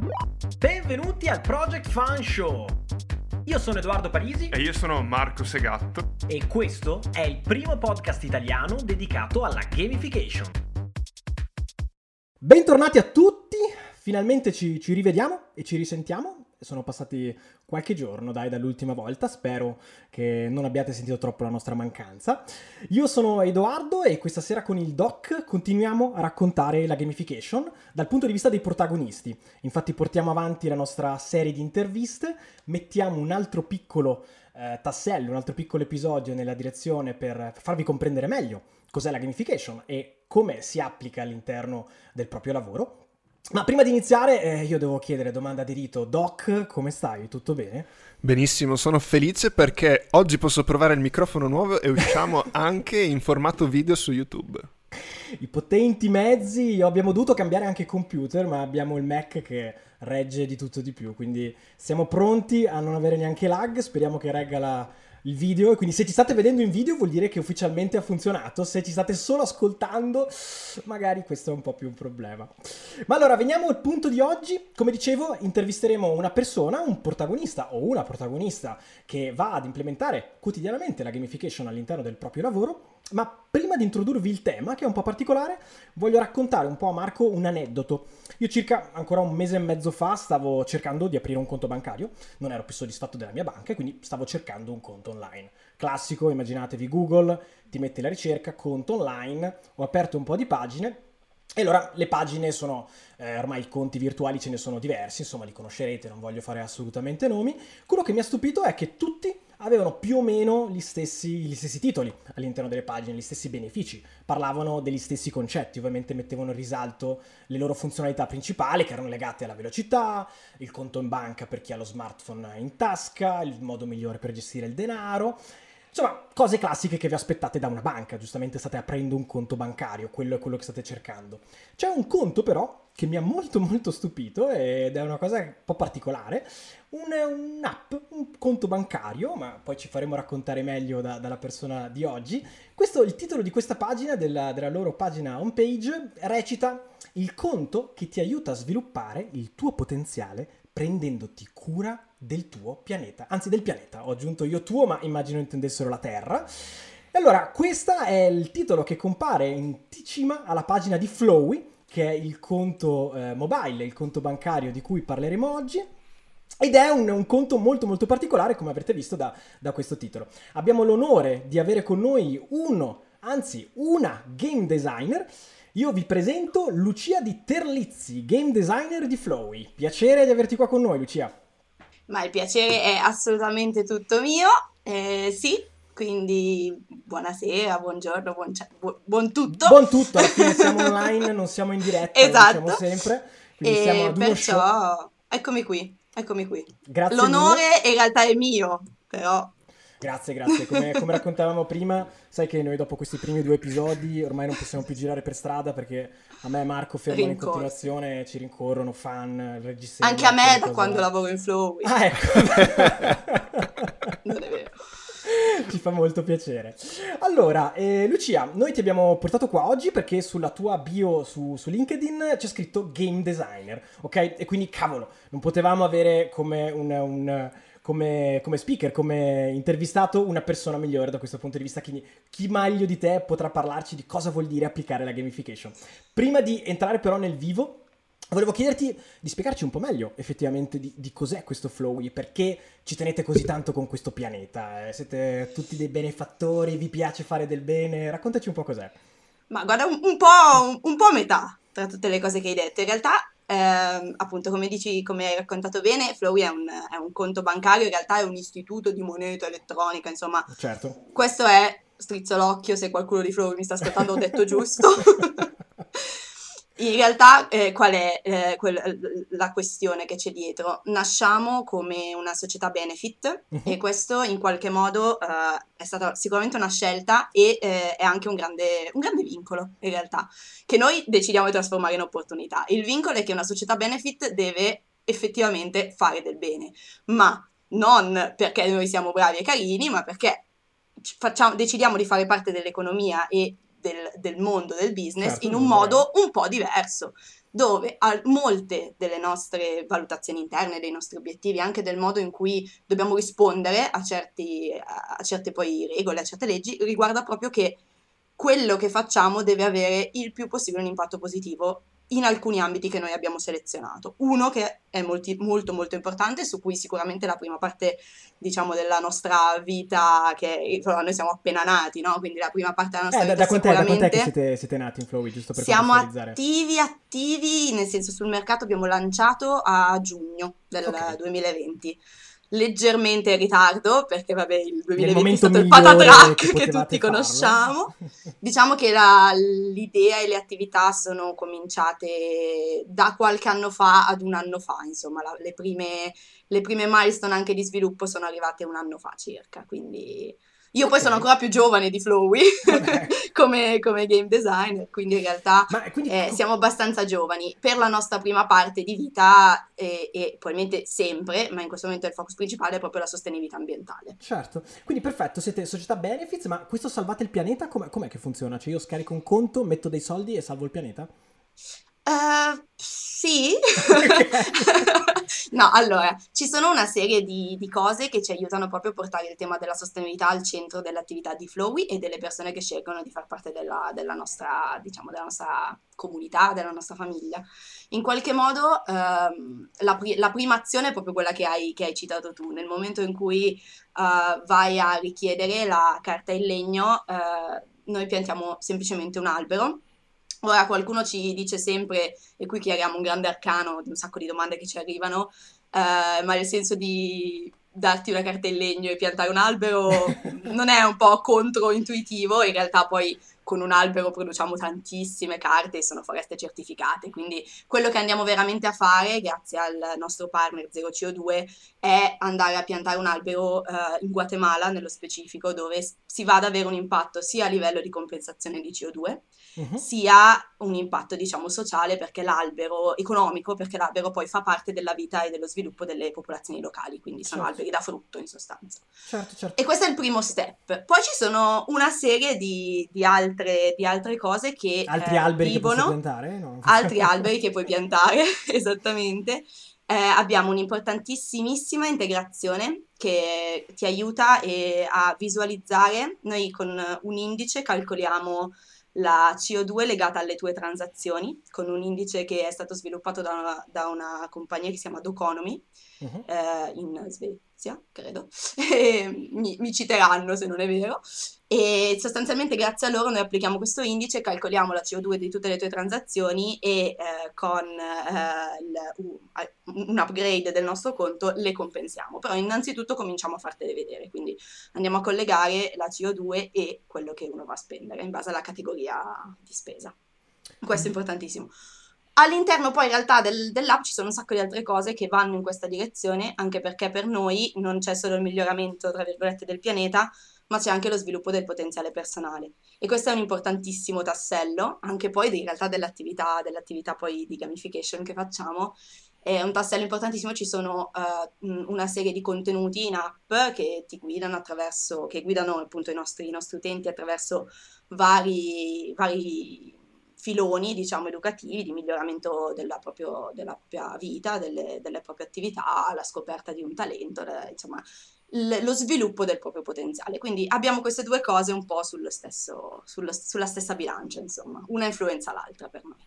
Benvenuti al Project Fun Show! Io sono Edoardo Parisi E io sono Marco Segatto. e questo è il primo podcast italiano dedicato alla gamification. Bentornati a tutti, finalmente ci rivediamo e ci risentiamo. Sono passati qualche giorno dall'ultima volta, spero che non abbiate sentito troppo la nostra mancanza. Io sono Edoardo e questa sera con il Doc continuiamo a raccontare la gamification dal punto di vista dei protagonisti. Infatti portiamo avanti la nostra serie di interviste, mettiamo un altro piccolo tassello, un altro piccolo episodio nella direzione per farvi comprendere meglio cos'è la gamification e come si applica all'interno del proprio lavoro. Ma prima di iniziare io devo chiedere domanda di rito. Doc, come stai? Tutto bene? Benissimo, sono felice perché oggi posso provare il microfono nuovo e usciamo anche in formato video su YouTube. I potenti mezzi, abbiamo dovuto cambiare anche computer, ma abbiamo il Mac che regge di tutto di più, quindi siamo pronti a non avere neanche lag, speriamo che regga il video, e quindi se ci state vedendo in video vuol dire che ufficialmente ha funzionato, se ci state solo ascoltando magari questo è un po' più un problema. Ma allora veniamo al punto di oggi. Come dicevo, intervisteremo una persona, un protagonista o una protagonista che va ad implementare quotidianamente la gamification all'interno del proprio lavoro. Ma prima di introdurvi il tema, che è un po' particolare, voglio raccontare un po' a Marco un aneddoto. Io circa ancora un mese e mezzo fa stavo cercando di aprire un conto bancario, non ero più soddisfatto della mia banca e quindi stavo cercando un conto online. Classico, immaginatevi Google, ti metti la ricerca, conto online, ho aperto un po' di pagine e allora le pagine sono, ormai i conti virtuali ce ne sono diversi, insomma li conoscerete, non voglio fare assolutamente nomi. Quello che mi ha stupito è che tutti avevano più o meno gli stessi titoli all'interno delle pagine, gli stessi benefici, parlavano degli stessi concetti, ovviamente mettevano in risalto le loro funzionalità principali che erano legate alla velocità, il conto in banca per chi ha lo smartphone in tasca, il modo migliore per gestire il denaro. Insomma, cose classiche che vi aspettate da una banca, giustamente state aprendo un conto bancario, quello è quello che state cercando. C'è un conto però che mi ha molto molto stupito ed è una cosa un po' particolare, un'app, un conto bancario, ma poi ci faremo raccontare meglio dalla persona di oggi. Il titolo di questa pagina, della loro pagina homepage, recita: il conto che ti aiuta a sviluppare il tuo potenziale prendendoti cura del tuo pianeta, anzi del pianeta, ho aggiunto io tuo, ma immagino intendessero la Terra. E allora, questo è il titolo che compare in cima alla pagina di Flowey, che è il conto mobile, il conto bancario di cui parleremo oggi. Ed è un conto molto molto particolare, come avrete visto da questo titolo. Abbiamo l'onore di avere con noi una game designer. Io vi presento Lucia di Terlizzi, game designer di Flowey. Piacere di averti qua con noi, Lucia. Ma il piacere è assolutamente tutto mio, sì, quindi buonasera, buongiorno, buon tutto. Buon tutto, alla fine siamo online, non siamo in diretta, lo diciamo Esatto, sempre, quindi siamo e ad uno show. perciò eccomi qui. Grazie L'onore mille. in realtà è mio, però Grazie. Come raccontavamo prima, sai che noi dopo questi primi 2 episodi ormai non possiamo più girare per strada perché a me e Marco fermano in rincorsi. continuazione, ci rincorrono, fan, registriamo. Anche a me da cose quando là. lavoro in Flowey. Ah, ecco. Non è vero. Ci fa molto piacere. Allora, Lucia, noi ti abbiamo portato qua oggi perché sulla tua bio su LinkedIn c'è scritto game designer, ok? E quindi, cavolo, non potevamo avere come speaker, come intervistato, una persona migliore da questo punto di vista. Quindi chi meglio di te potrà parlarci di cosa vuol dire applicare la gamification. Prima di entrare però nel vivo, volevo chiederti di spiegarci un po' meglio effettivamente di cos'è questo Flowey, perché ci tenete così tanto con questo pianeta, siete tutti dei benefattori, vi piace fare del bene, raccontaci un po' cos'è. Ma guarda, un po' a metà tra tutte le cose che hai detto. In realtà, appunto, come dici, come hai raccontato bene, Flowey è un conto bancario, in realtà è un istituto di moneta elettronica, insomma, Certo. questo è, strizzo l'occhio se qualcuno di Flowey mi sta ascoltando, ho detto giusto. In realtà, qual è la questione che c'è dietro? Nasciamo come una società benefit e questo in qualche modo è stata sicuramente una scelta e è anche un grande vincolo in realtà, che noi decidiamo di trasformare in opportunità. Il vincolo è che una società benefit deve effettivamente fare del bene, ma non perché noi siamo bravi e carini, ma perché decidiamo di fare parte dell'economia e del mondo del business Certo, in il un mondo modo un po' diverso, dove molte delle nostre valutazioni interne, dei nostri obiettivi, anche del modo in cui dobbiamo rispondere a certe poi regole, a certe leggi, riguarda proprio che quello che facciamo deve avere il più possibile un impatto positivo in alcuni ambiti che noi abbiamo selezionato. Uno che è molto molto importante, su cui sicuramente la prima parte, diciamo, della nostra vita, che noi siamo appena nati, no? Quindi la prima parte della nostra vita Da quant'è che sicuramente siete nati in Flowey, giusto per siamo contestualizzare? attivi, nel senso sul mercato abbiamo lanciato a giugno del Ok. 2020. Leggermente in ritardo, perché vabbè, il Nel 2020 è momento stato il migliore che patatrack che potevate tutti farlo. conosciamo. Diciamo che l'idea e le attività sono cominciate da qualche anno fa ad un anno fa, insomma, le prime milestone anche di sviluppo sono arrivate un anno fa circa, quindi io poi sono Ok, ancora più giovane di Flowey vabbè. come game designer, quindi in realtà Ma quindi siamo abbastanza giovani per la nostra prima parte di vita e probabilmente sempre, ma in questo momento il focus principale è proprio la sostenibilità ambientale. certo, quindi perfetto, siete società benefits, ma questo salvate il pianeta com'è che funziona? Cioè io scarico un conto, metto dei soldi e salvo il pianeta? Sì. Ok. No, allora, ci sono una serie di cose che ci aiutano proprio a portare il tema della sostenibilità al centro dell'attività di Flowey e delle persone che scelgono di far parte della nostra, diciamo, della nostra comunità, della nostra famiglia. In qualche modo, la prima azione è proprio quella che hai citato tu. Nel momento in cui vai a richiedere la carta in legno, noi piantiamo semplicemente un albero. Ora qualcuno ci dice sempre, e qui chiariamo un grande arcano di un sacco di domande che ci arrivano, ma nel senso di darti una carta in legno e piantare un albero non è un po' controintuitivo, in realtà poi con un albero produciamo tantissime carte e sono foreste certificate, quindi quello che andiamo veramente a fare, grazie al nostro partner Zero CO2, è andare a piantare un albero in Guatemala, nello specifico, dove si va ad avere un impatto sia a livello di compensazione di CO2, Mhm. sia un impatto, diciamo, sociale, perché l'albero, economico, perché l'albero poi fa parte della vita e dello sviluppo delle popolazioni locali, quindi sono Certo, alberi da frutto in sostanza. certo, certo. E questo è il primo step. Poi ci sono una serie di altre cose che Altri alberi che posso vivono, piantare? No, non altri facciamo. alberi che puoi piantare, esattamente. Abbiamo un'importantissimissima integrazione che ti aiuta a visualizzare. Noi con un indice calcoliamo la CO2 legata alle tue transazioni, con un indice che è stato sviluppato da una compagnia che si chiama Doconomy, Mhm. in Svezia, credo. E mi citeranno se non è vero. E sostanzialmente grazie a loro noi applichiamo questo indice, calcoliamo la CO2 di tutte le tue transazioni e con un upgrade del nostro conto le compensiamo. Però innanzitutto cominciamo a fartele vedere, quindi andiamo a collegare la CO2 e quello che uno va a spendere in base alla categoria di spesa. Questo è importantissimo. All'interno poi in realtà dell'app ci sono un sacco di altre cose che vanno in questa direzione, anche perché per noi non c'è solo il miglioramento, tra virgolette, del pianeta, ma c'è anche lo sviluppo del potenziale personale. E questo è un importantissimo tassello, anche poi in realtà dell'attività poi di gamification che facciamo. È un tassello importantissimo, ci sono una serie di contenuti in app che ti guidano che guidano appunto i nostri utenti attraverso vari filoni, diciamo, educativi di miglioramento della propria vita, delle proprie attività, la scoperta di un talento, insomma, lo sviluppo del proprio potenziale. Quindi abbiamo queste due cose un po' sulla stessa bilancia, insomma, una influenza l'altra per noi.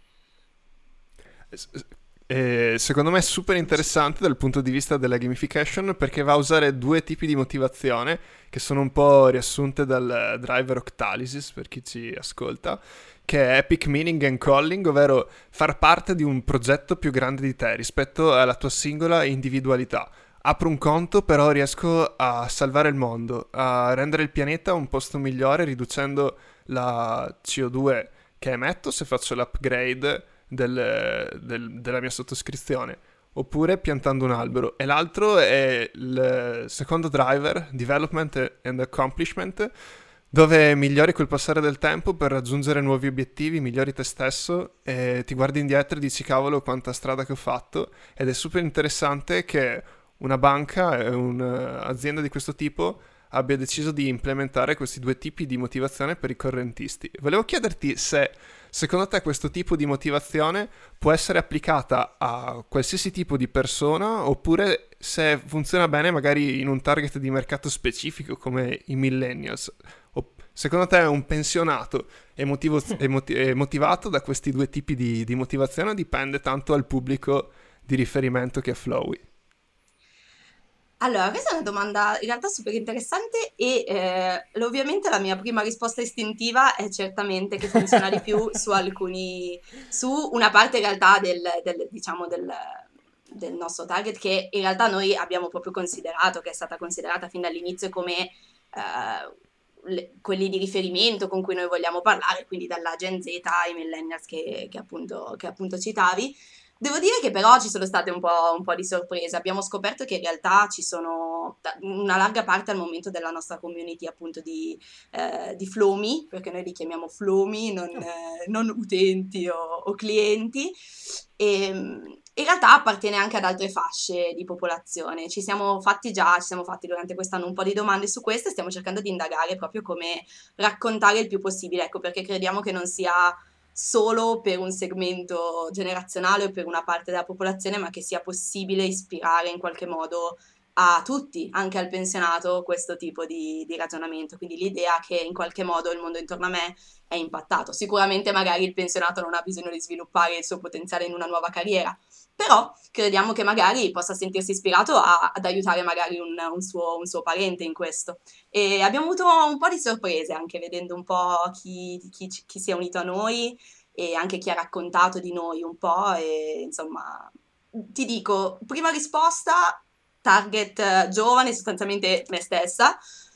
Secondo me è super interessante dal punto di vista della gamification perché va a usare due tipi di motivazione che sono un po' riassunte dal driver Octalysis per chi ci ascolta, che è Epic Meaning and Calling, ovvero far parte di un progetto più grande di te rispetto alla tua singola individualità. Apro un conto, però riesco a salvare il mondo, a rendere il pianeta un posto migliore riducendo la CO2 che emetto se faccio l'upgrade della mia sottoscrizione, oppure piantando un albero. E l'altro è il secondo driver, Development and Accomplishment, dove migliori col passare del tempo per raggiungere nuovi obiettivi, migliori te stesso e ti guardi indietro e dici cavolo quanta strada che ho fatto. Ed è super interessante che una banca e un'azienda di questo tipo abbia deciso di implementare questi due tipi di motivazione per i correntisti. Volevo chiederti se secondo te questo tipo di motivazione può essere applicata a qualsiasi tipo di persona, oppure se funziona bene magari in un target di mercato specifico come i millennials. Secondo te un pensionato è motivato da questi due tipi di motivazione, o dipende tanto al pubblico di riferimento che è Flowey? Allora, questa è una domanda in realtà super interessante e ovviamente la mia prima risposta istintiva è certamente che funziona di più su una parte in realtà diciamo del nostro target, che in realtà noi abbiamo proprio considerato, che è stata considerata fin dall'inizio come quelli di riferimento con cui noi vogliamo parlare, quindi dalla Gen Z ai millennials che appunto citavi. Devo dire che però ci sono state un po' di sorprese. Abbiamo scoperto che in realtà ci sono una larga parte al momento della nostra community appunto di Flomi, perché noi li chiamiamo Flomi, non utenti o clienti, e in realtà appartiene anche ad altre fasce di popolazione. Ci siamo fatti durante quest'anno un po' di domande su questo e stiamo cercando di indagare proprio come raccontare il più possibile, ecco, perché crediamo che non sia solo per un segmento generazionale o per una parte della popolazione, ma che sia possibile ispirare in qualche modo a tutti, anche al pensionato, questo tipo di ragionamento. Quindi l'idea che in qualche modo il mondo intorno a me è impattato. Sicuramente magari il pensionato non ha bisogno di sviluppare il suo potenziale in una nuova carriera, però crediamo che magari possa sentirsi ispirato ad aiutare magari un suo parente in questo. E abbiamo avuto un po' di sorprese anche vedendo un po' chi si è unito a noi e anche chi ha raccontato di noi un po'. E insomma, ti dico, prima risposta, target giovane, sostanzialmente me stessa,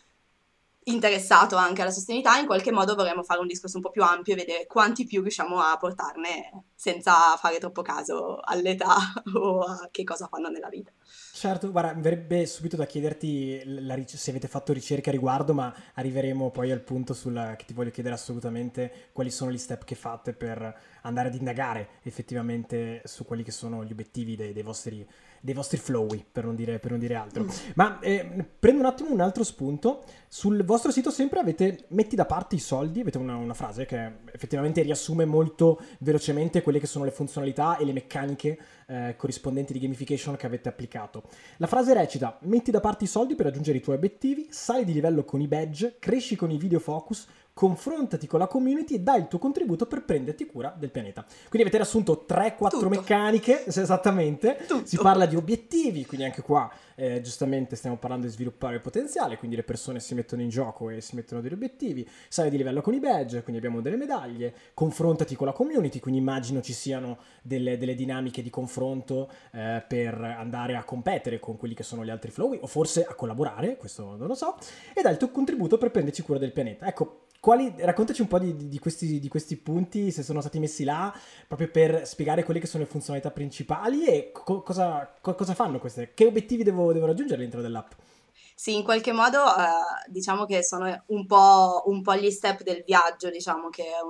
interessato anche alla sostenibilità. In qualche modo vorremmo fare un discorso un po' più ampio e vedere quanti più riusciamo a portarne senza fare troppo caso all'età o a che cosa fanno nella vita. Certo, guarda, mi verrebbe subito da chiederti se avete fatto ricerche a riguardo, ma arriveremo poi al punto che ti voglio chiedere assolutamente quali sono gli step che fate per andare ad indagare effettivamente su quelli che sono gli obiettivi dei vostri flowy, per non dire altro. Ma prendo un attimo un altro spunto. Sul vostro sito sempre metti da parte i soldi, avete una frase che effettivamente riassume molto velocemente quelle che sono le funzionalità e le meccaniche corrispondenti di gamification che avete applicato. La frase recita: metti da parte i soldi per raggiungere i tuoi obiettivi, sali di livello con i badge, cresci con i video focus, confrontati con la community e dai il tuo contributo per prenderti cura del pianeta. Quindi avete riassunto 3-4 meccaniche, esattamente. Tutto. Si parla di obiettivi, quindi anche qua giustamente stiamo parlando di sviluppare il potenziale, quindi le persone si mettono in gioco e si mettono degli obiettivi. Sali di livello con i badge, quindi abbiamo delle medaglie. Confrontati con la community, quindi immagino ci siano delle dinamiche di confronto per andare a competere con quelli che sono gli altri flowy, o forse a collaborare, questo non lo so, e dai il tuo contributo per prenderci cura del pianeta. Ecco, raccontaci un po' di questi punti, se sono stati messi là proprio per spiegare quelle che sono le funzionalità principali e cosa fanno queste, che obiettivi devo raggiungere all'interno dell'app. Sì, in qualche modo diciamo che sono un po' gli step del viaggio, diciamo,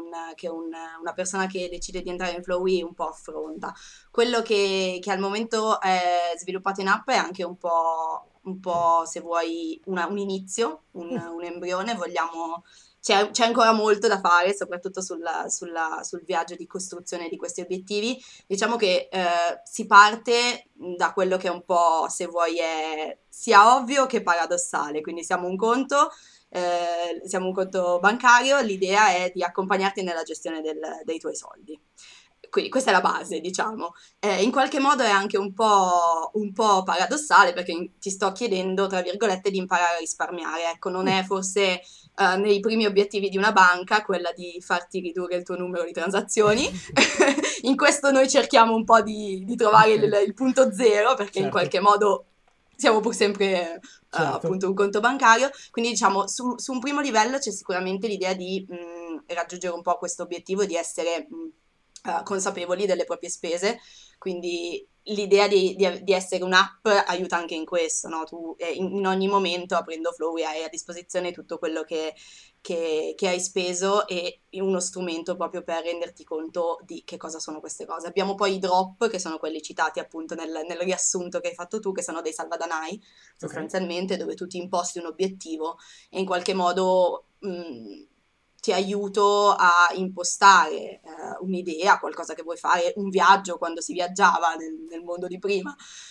una persona che decide di entrare in Flowey un po' affronta. Quello che al momento è sviluppato in app è anche un po', se vuoi, un inizio, un embrione. C'è ancora molto da fare, soprattutto sul viaggio di costruzione di questi obiettivi. Diciamo che si parte da quello che un po', se vuoi, è sia ovvio che paradossale. Quindi siamo un conto bancario, l'idea è di accompagnarti nella gestione dei tuoi soldi. Quindi questa è la base, diciamo. In qualche modo è anche un po' paradossale, perché ti sto chiedendo, tra virgolette, di imparare a risparmiare. Ecco, non è forse nei primi obiettivi di una banca quella di farti ridurre il tuo numero di transazioni. In questo noi cerchiamo un po' di trovare il punto zero, perché in qualche modo siamo pur sempre appunto un conto bancario. Quindi diciamo su un primo livello c'è sicuramente l'idea di raggiungere un po' questo obiettivo di essere consapevoli delle proprie spese, quindi l'idea di essere un'app aiuta anche in questo, no? Tu in ogni momento aprendo Flowy hai a disposizione tutto quello che hai speso e uno strumento proprio per renderti conto di che cosa sono queste cose. Abbiamo poi i drop, che sono quelli citati appunto nel riassunto che hai fatto tu, che sono dei salvadanai, sostanzialmente, dove tu ti imposti un obiettivo e in qualche modo ti aiuto a impostare un'idea, qualcosa che vuoi fare, un viaggio quando si viaggiava nel mondo di prima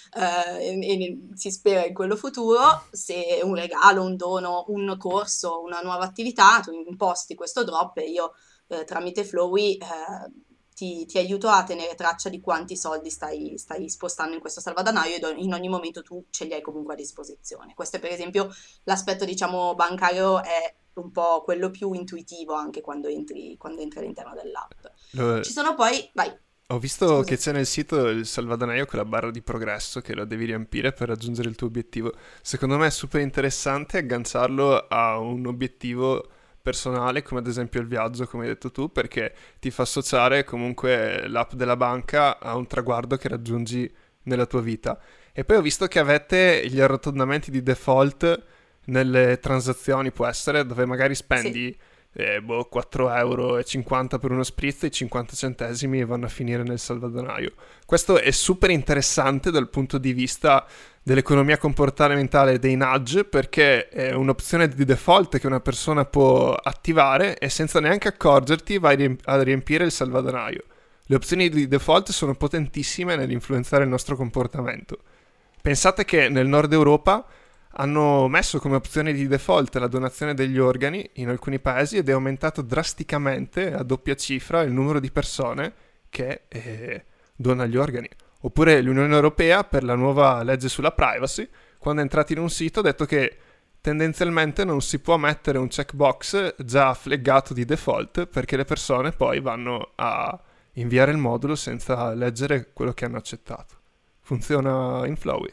e si spera in quello futuro, se un regalo, un dono, un corso, una nuova attività, tu imposti questo drop e io tramite Flowy ti aiuto a tenere traccia di quanti soldi stai spostando in questo salvadanaio e in ogni momento tu ce li hai comunque a disposizione. Questo è per esempio l'aspetto diciamo bancario è un po' quello più intuitivo anche quando entri all'interno dell'app. Ci sono poi, vai. Ho visto che c'è nel sito il salvadanaio con la barra di progresso che lo devi riempire per raggiungere il tuo obiettivo. Secondo me è super interessante agganciarlo a un obiettivo personale, come ad esempio il viaggio, come hai detto tu, perché ti fa associare comunque l'app della banca a un traguardo che raggiungi nella tua vita. E poi ho visto che avete gli arrotondamenti di default nelle transazioni, può essere, dove magari spendi 4,50 € per uno spritz e i 50 centesimi vanno a finire nel salvadanaio. Questo è super interessante dal punto di vista dell'economia comportamentale dei nudge, perché è un'opzione di default che una persona può attivare e senza neanche accorgerti vai a riempire il salvadanaio. Le opzioni di default sono potentissime nell'influenzare il nostro comportamento. Pensate che nel nord Europa hanno messo come opzione di default la donazione degli organi in alcuni paesi ed è aumentato drasticamente a doppia cifra il numero di persone che dona gli organi. Oppure l'Unione Europea, per la nuova legge sulla privacy, quando è entrata in un sito ha detto che tendenzialmente non si può mettere un checkbox già flaggato di default perché le persone poi vanno a inviare il modulo senza leggere quello che hanno accettato. Funziona in Flowy.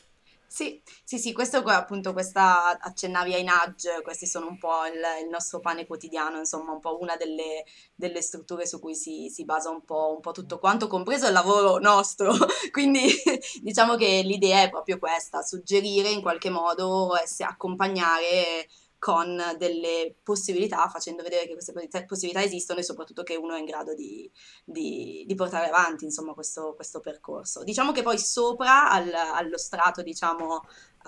Sì, questo appunto, questa accennavi ai nudge, questi sono un po' il nostro pane quotidiano, insomma, un po' una delle strutture su cui si basa un po' tutto quanto, compreso il lavoro nostro. Quindi diciamo che l'idea è proprio questa, suggerire in qualche modo, accompagnare con delle possibilità, facendo vedere che queste possibilità esistono e soprattutto che uno è in grado di portare avanti, insomma, questo percorso. Diciamo che poi sopra allo strato, diciamo,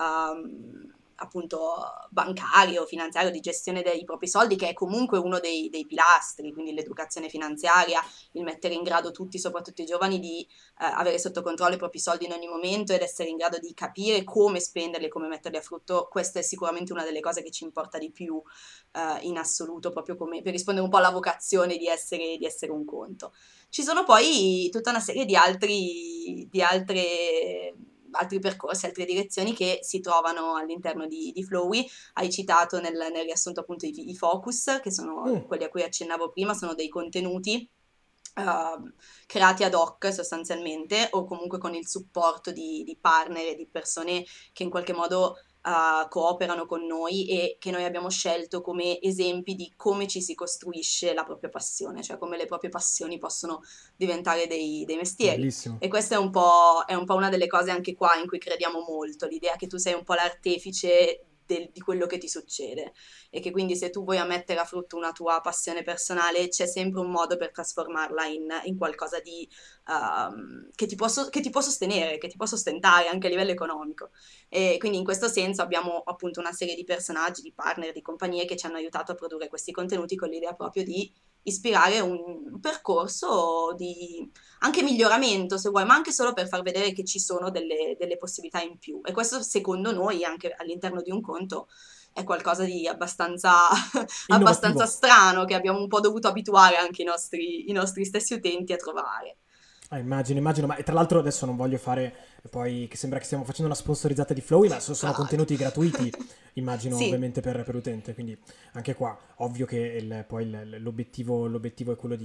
appunto bancario, finanziario, di gestione dei propri soldi, che è comunque uno dei pilastri, quindi l'educazione finanziaria, il mettere in grado tutti, soprattutto i giovani, di avere sotto controllo i propri soldi in ogni momento ed essere in grado di capire come spenderli e come metterli a frutto. Questa è sicuramente una delle cose che ci importa di più in assoluto, proprio come per rispondere un po' alla vocazione di essere un conto. Ci sono poi tutta una serie di altri percorsi, altre direzioni che si trovano all'interno di Flowy. Hai citato nel riassunto appunto i focus, che sono quelli a cui accennavo prima, sono dei contenuti creati ad hoc sostanzialmente, o comunque con il supporto di partner e di persone che in qualche modo cooperano con noi e che noi abbiamo scelto come esempi di come ci si costruisce la propria passione, cioè come le proprie passioni possono diventare dei mestieri. Bellissimo. E questa è un po' una delle cose anche qua in cui crediamo molto, l'idea che tu sei un po' l'artefice di quello che ti succede e che quindi se tu vuoi mettere a frutto una tua passione personale c'è sempre un modo per trasformarla in qualcosa di che ti può sostenere, che ti può sostentare anche a livello economico. E quindi in questo senso abbiamo appunto una serie di personaggi, di partner, di compagnie che ci hanno aiutato a produrre questi contenuti con l'idea proprio di ispirare un percorso di anche miglioramento, se vuoi, ma anche solo per far vedere che ci sono delle possibilità in più. E questo, secondo noi, anche all'interno di un conto, è qualcosa di abbastanza strano, che abbiamo un po' dovuto abituare anche i nostri stessi utenti a trovare. Immagino, ma tra l'altro adesso non voglio fare poi che sembra che stiamo facendo una sponsorizzata di Flowy, ma sono contenuti gratuiti. immagino Sì. ovviamente per l'utente, quindi anche qua ovvio che l'obiettivo è quello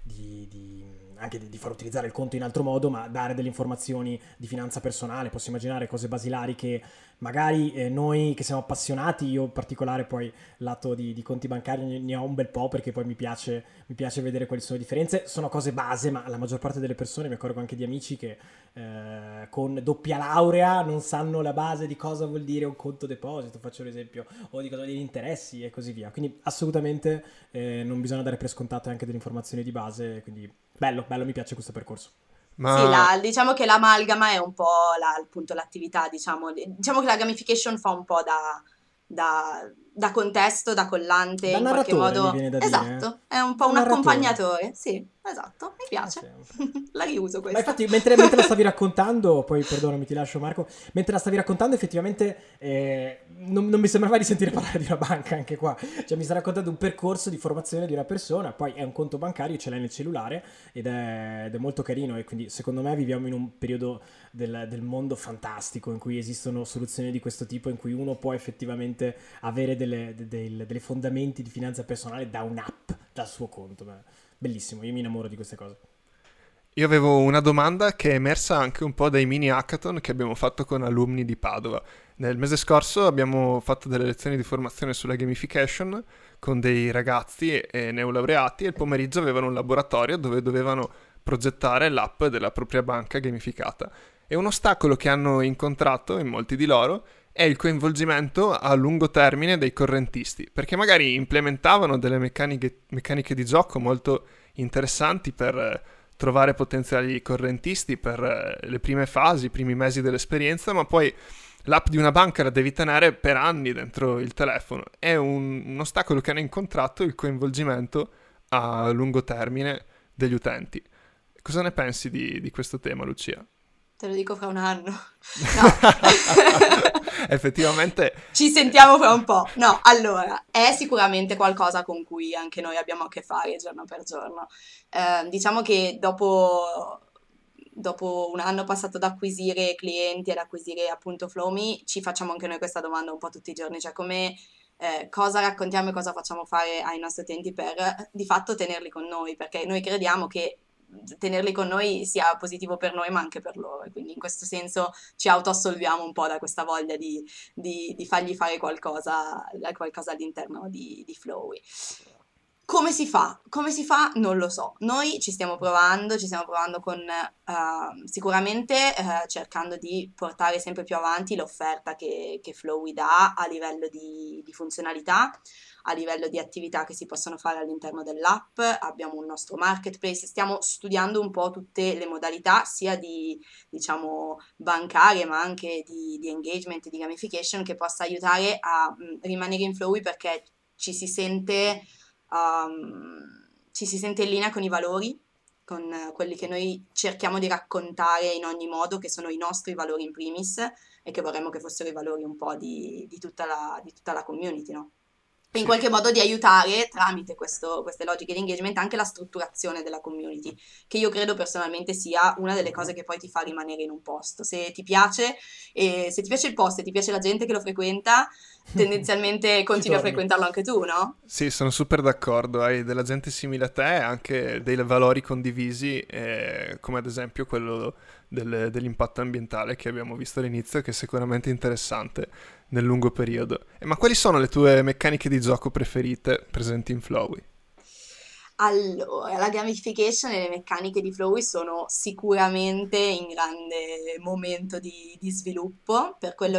anche di far utilizzare il conto in altro modo, ma dare delle informazioni di finanza personale. Posso immaginare cose basilari che magari noi che siamo appassionati, io in particolare poi lato di conti bancari ne ho un bel po', perché poi mi piace vedere quali sono le differenze. Sono cose base, ma la maggior parte delle persone, mi accorgo anche di amici che con doppia laurea non sanno la base di cosa vuol dire un conto deposito, faccio l'esempio, o di cosa vuol dire interessi e così via. Quindi assolutamente non bisogna dare per scontate anche delle informazioni di base, quindi bello, mi piace questo percorso. Sì, Ma diciamo che l'amalgama è un po' appunto l'attività, diciamo che la gamification fa un po' da contesto, da collante, Da in qualche narratore mi modo. viene da dire, Esatto, è un po' da un narratore. accompagnatore. Sì, esatto, mi Sì. piace. La riuso Ma questa. infatti, mentre la stavi raccontando, poi perdonami, ti lascio Marco, mentre la stavi raccontando effettivamente non mi sembrava di sentire parlare di una banca anche qua, cioè mi stai raccontando un percorso di formazione di una persona, poi è un conto bancario, ce l'hai nel cellulare ed è molto carino, e quindi secondo me viviamo in un periodo del mondo fantastico in cui esistono soluzioni di questo tipo, in cui uno può effettivamente avere delle fondamenti di finanza personale da un'app, dal suo conto. Beh, bellissimo, io mi innamoro di queste cose. io avevo una domanda che è emersa anche un po' dai mini hackathon che abbiamo fatto con alunni di Padova. Nel mese scorso abbiamo fatto delle lezioni di formazione sulla gamification con dei ragazzi e neolaureati, e il pomeriggio avevano un laboratorio dove dovevano progettare l'app della propria banca gamificata. E un ostacolo che hanno incontrato in molti di loro è il coinvolgimento a lungo termine dei correntisti, perché magari implementavano delle meccaniche di gioco molto interessanti per trovare potenziali correntisti per le prime fasi, i primi mesi dell'esperienza, ma poi l'app di una banca la devi tenere per anni dentro il telefono. È un ostacolo che hanno incontrato il coinvolgimento a lungo termine degli utenti. Cosa ne pensi di questo tema, Lucia? Te lo dico fra un anno. No. Effettivamente, Ci sentiamo fra un po'. No, allora, è sicuramente qualcosa con cui anche noi abbiamo a che fare giorno per giorno. Diciamo che dopo un anno passato ad acquisire clienti, ad acquisire appunto Flowme, ci facciamo anche noi questa domanda un po' tutti i giorni, cioè come cosa raccontiamo e cosa facciamo fare ai nostri utenti per di fatto tenerli con noi, perché noi crediamo che tenerli con noi sia positivo per noi ma anche per loro, e quindi in questo senso ci autoassolviamo un po' da questa voglia di fargli fare qualcosa all'interno di Flowy. Come si fa? Come si fa? Non lo so. Noi ci stiamo provando con sicuramente cercando di portare sempre più avanti l'offerta che Flowy dà a livello di funzionalità, a livello di attività che si possono fare all'interno dell'app. Abbiamo un nostro marketplace, stiamo studiando un po' tutte le modalità, sia diciamo, bancarie, ma anche di engagement, di gamification, che possa aiutare a rimanere in Flowy, perché ci si sente ci si sente in linea con i valori, con quelli che noi cerchiamo di raccontare in ogni modo, che sono i nostri valori in primis e che vorremmo che fossero i valori un po' di tutta la community, no? E in sì. qualche modo di aiutare tramite queste logiche di engagement anche la strutturazione della community, che io credo personalmente sia una delle cose che poi ti fa rimanere in un posto. Se ti piace, e se ti piace il posto e ti piace la gente che lo frequenta, tendenzialmente Ci continui a torni. frequentarlo anche tu, no? Sì, sono super d'accordo, hai della gente simile a te, anche dei valori condivisi, come ad esempio quello dell'impatto ambientale che abbiamo visto all'inizio, che è sicuramente interessante nel lungo periodo. Ma quali sono le tue meccaniche di gioco preferite presenti in Flowy? Allora, la gamification e le meccaniche di Flowy sono sicuramente in grande momento di sviluppo, per quello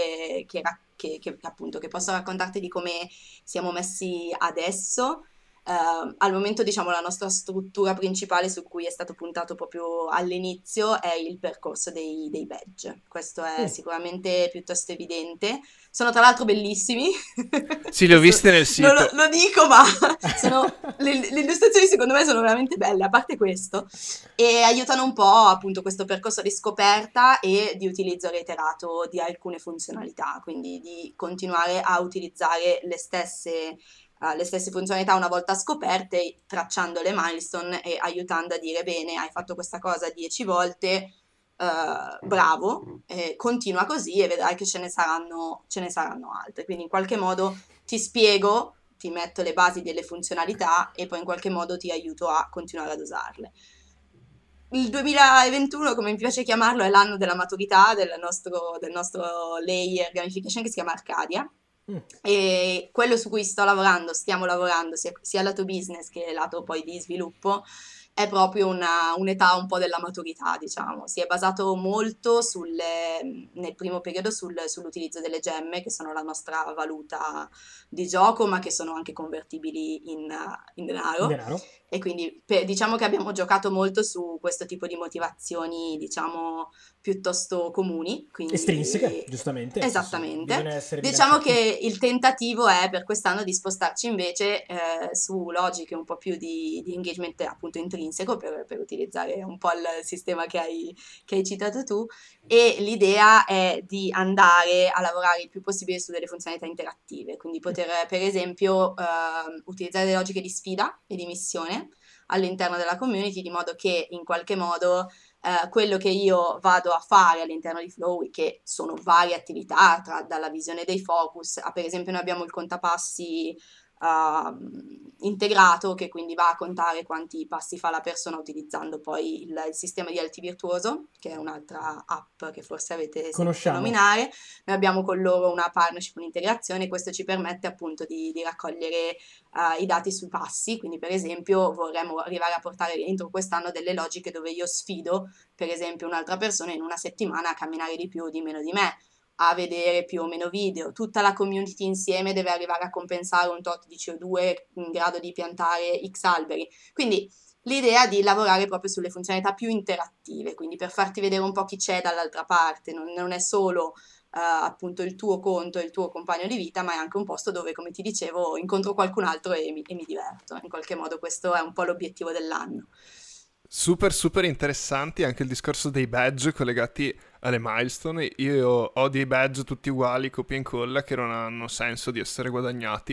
che appunto che posso raccontarti di come siamo messi adesso. Al momento, diciamo, la nostra struttura principale su cui è stato puntato proprio all'inizio è il percorso dei badge. Questo è Mm. sicuramente piuttosto evidente. Sono tra l'altro bellissimi. Sì, li ho Questo viste nel non sito. lo dico, ma le illustrazioni secondo me sono veramente belle, a parte questo, e aiutano un po' appunto questo percorso di scoperta e di utilizzo reiterato di alcune funzionalità, quindi di continuare a utilizzare le stesse funzionalità una volta scoperte, tracciando le milestone e aiutando a dire bene, hai fatto questa cosa 10 volte, bravo, continua così e vedrai che ce ne saranno altre. Quindi in qualche modo ti spiego, ti metto le basi delle funzionalità e poi in qualche modo ti aiuto a continuare ad usarle. Il 2021, come mi piace chiamarlo, è l'anno della maturità del nostro layer gamification che si chiama Arcadia. E quello su cui stiamo lavorando, sia lato business che lato poi di sviluppo, è proprio un'età un po' della maturità, diciamo. Si è basato molto nel primo periodo sull'utilizzo delle gemme, che sono la nostra valuta di gioco, ma che sono anche convertibili in denaro. Denaro. E quindi diciamo che abbiamo giocato molto su questo tipo di motivazioni, diciamo, piuttosto comuni. Quindi, Estrinseche, giustamente. Esattamente. Bisogna essere Diciamo bilanciati. che il tentativo è per quest'anno di spostarci invece su logiche un po' più di engagement appunto intrinseco, per utilizzare un po' il sistema che hai citato tu, e l'idea è di andare a lavorare il più possibile su delle funzionalità interattive, quindi poter per esempio utilizzare delle logiche di sfida e di missione all'interno della community, di modo che in qualche modo quello che io vado a fare all'interno di Flowy, che sono varie attività, dalla visione dei focus a, per esempio, noi abbiamo il contapassi integrato, che quindi va a contare quanti passi fa la persona utilizzando poi il sistema di Alti Virtuoso, che è un'altra app che forse avete sentito Conosciamo. nominare. Noi abbiamo con loro una partnership, un'integrazione, e questo ci permette appunto di raccogliere i dati sui passi. Quindi per esempio vorremmo arrivare a portare entro quest'anno delle logiche dove io sfido per esempio un'altra persona in una settimana a camminare di più o di meno di me, a vedere più o meno video. Tutta la community insieme deve arrivare a compensare un tot di CO2 in grado di piantare X alberi. Quindi l'idea di lavorare proprio sulle funzionalità più interattive, quindi per farti vedere un po' chi c'è dall'altra parte, non è solo appunto il tuo conto e il tuo compagno di vita, ma è anche un posto dove, come ti dicevo, incontro qualcun altro e mi diverto. In qualche modo questo è un po' l'obiettivo dell'anno. Super super interessanti anche il discorso dei badge collegati alle milestone. Io ho dei badge tutti uguali, copia e incolla, che non hanno senso di essere guadagnati,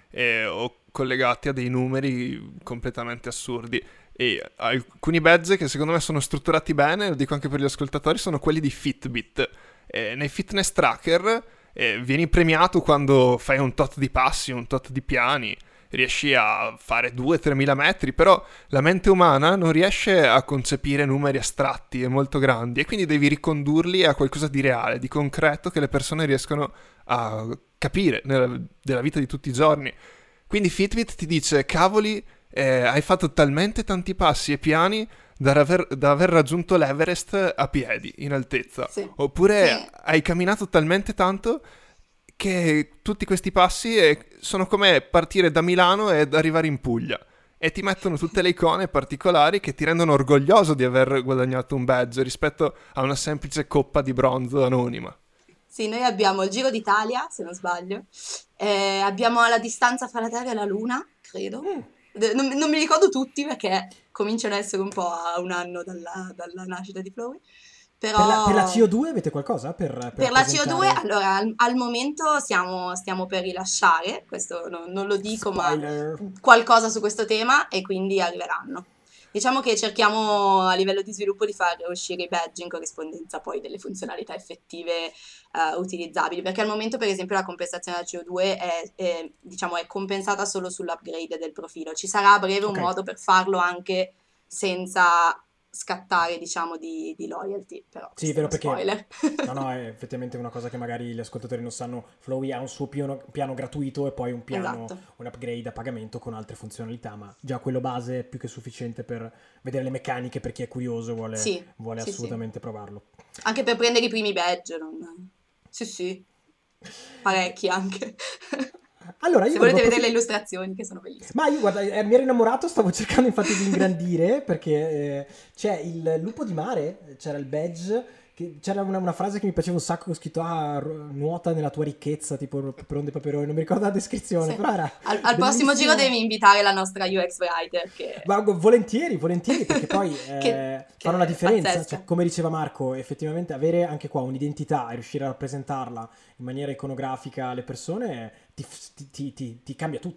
o collegati a dei numeri completamente assurdi. E alcuni badge che secondo me sono strutturati bene, lo dico anche per gli ascoltatori, sono quelli di Fitbit. Nei fitness tracker vieni premiato quando fai un tot di passi, un tot di piani, riesci a fare 2-3 mila metri, però la mente umana non riesce a concepire numeri astratti e molto grandi, e quindi devi ricondurli a qualcosa di reale, di concreto, che le persone riescono a capire nella vita di tutti i giorni. Quindi Fitbit ti dice: cavoli, hai fatto talmente tanti passi e piani da aver raggiunto l'Everest a piedi, in altezza. Sì. Oppure Sì. hai camminato talmente tanto che tutti questi passi sono come partire da Milano ed arrivare in Puglia, e ti mettono tutte le icone particolari che ti rendono orgoglioso di aver guadagnato un badge rispetto a una semplice coppa di bronzo anonima. Sì, noi abbiamo il Giro d'Italia, se non sbaglio, abbiamo la distanza fra la Terra e la Luna, credo. Non mi ricordo tutti perché cominciano ad essere un po' a un anno dalla nascita di Flowey, però Per la CO2 avete qualcosa per per la CO2, rappresentare? allora al momento stiamo per rilasciare, questo non lo dico, ma Spoiler. qualcosa su questo tema, e quindi arriveranno. Diciamo che cerchiamo a livello di sviluppo di far uscire i badge in corrispondenza poi delle funzionalità effettive utilizzabili, perché al momento per esempio la compensazione della CO2 diciamo, è compensata solo sull'upgrade del profilo. Ci sarà a breve un Ok. modo per farlo anche senza scattare, diciamo, di loyalty, però Sì, questo è vero, uno perché spoiler. no, è effettivamente una cosa che magari gli ascoltatori non sanno. Flowy ha un suo piano gratuito e poi un piano, Esatto. un upgrade a pagamento con altre funzionalità, ma già quello base è più che sufficiente per vedere le meccaniche, per chi è curioso e Sì, vuole sì, sì. assolutamente provarlo. Anche per prendere i primi badge, sì, sì, parecchi anche. Allora, io Se volevo volete vedere le approfittare. illustrazioni, che sono bellissime. Ma io guarda, mi ero innamorato, stavo cercando infatti di ingrandire perché c'è il lupo di mare, c'era il badge, c'era una frase che mi piaceva un sacco, che ho scritto: ah, nuota nella tua ricchezza, tipo peperon de peperoni, non mi ricordo la descrizione, Sì. però era Al prossimo giro bellissimo. devi invitare la nostra UX writer, che Ma volentieri, perché poi che fanno la è differenza, pazzesca. cioè, come diceva Marco, effettivamente avere anche qua un'identità e riuscire a rappresentarla in maniera iconografica alle persone ti cambia tutto.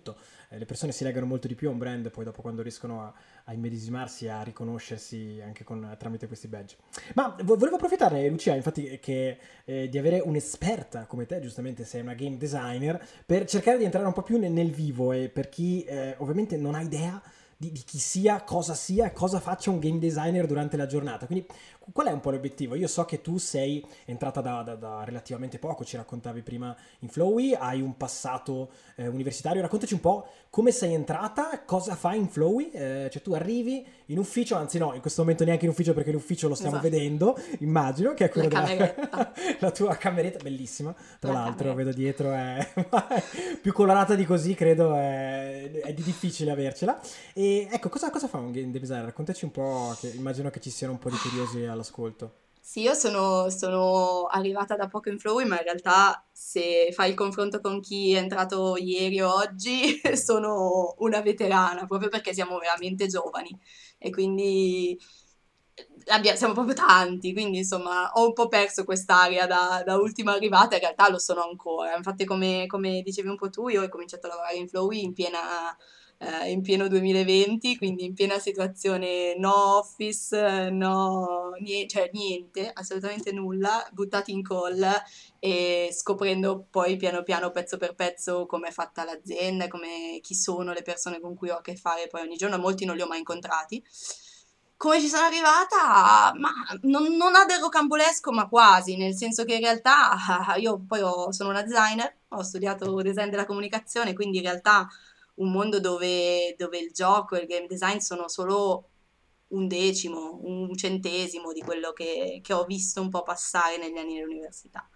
le persone si legano molto di più a un brand poi dopo quando riescono a immedesimarsi, a riconoscersi anche tramite questi badge. Ma volevo approfittare, Lucia, infatti, di avere un'esperta come te, giustamente sei una game designer, per cercare di entrare un po' più nel vivo, e per chi ovviamente non ha idea di chi sia, e cosa faccia un game designer durante la giornata. Quindi qual è un po' l'obiettivo? Io so che tu sei entrata da relativamente poco, ci raccontavi prima in Flowey, hai un passato universitario, raccontaci un po' come sei entrata, cosa fai in Flowey, cioè tu arrivi in ufficio, anzi no, in questo momento neanche in ufficio perché l'ufficio lo stiamo Esatto. vedendo, immagino, che è quello La cameretta. la tua cameretta, bellissima, tra La l'altro, cameretta. vedo dietro, è più colorata di così, credo, è di difficile avercela. E ecco, cosa fa un game designer? Raccontaci un po', che immagino che ci siano un po' di curiosi all'ascolto. Sì, io sono arrivata da poco in Flowy, ma in realtà se fai il confronto con chi è entrato ieri o oggi, sono una veterana, proprio perché siamo veramente giovani e quindi siamo proprio tanti, quindi insomma ho un po' perso quest'aria da ultima arrivata, in realtà lo sono ancora. Infatti come dicevi un po' tu, io ho cominciato a lavorare in Flowy in pieno 2020, quindi in piena situazione no office, no, cioè niente, assolutamente nulla, buttati in call e scoprendo poi piano piano, pezzo per pezzo, come è fatta l'azienda, chi sono le persone con cui ho a che fare poi ogni giorno. Molti non li ho mai incontrati. Come ci sono arrivata? Ma non a del rocambolesco, ma quasi, nel senso che in realtà io poi sono una designer, ho studiato design della comunicazione, quindi in realtà un mondo dove il gioco e il game design sono solo un decimo, un centesimo di quello che ho visto un po' passare negli anni dell'università.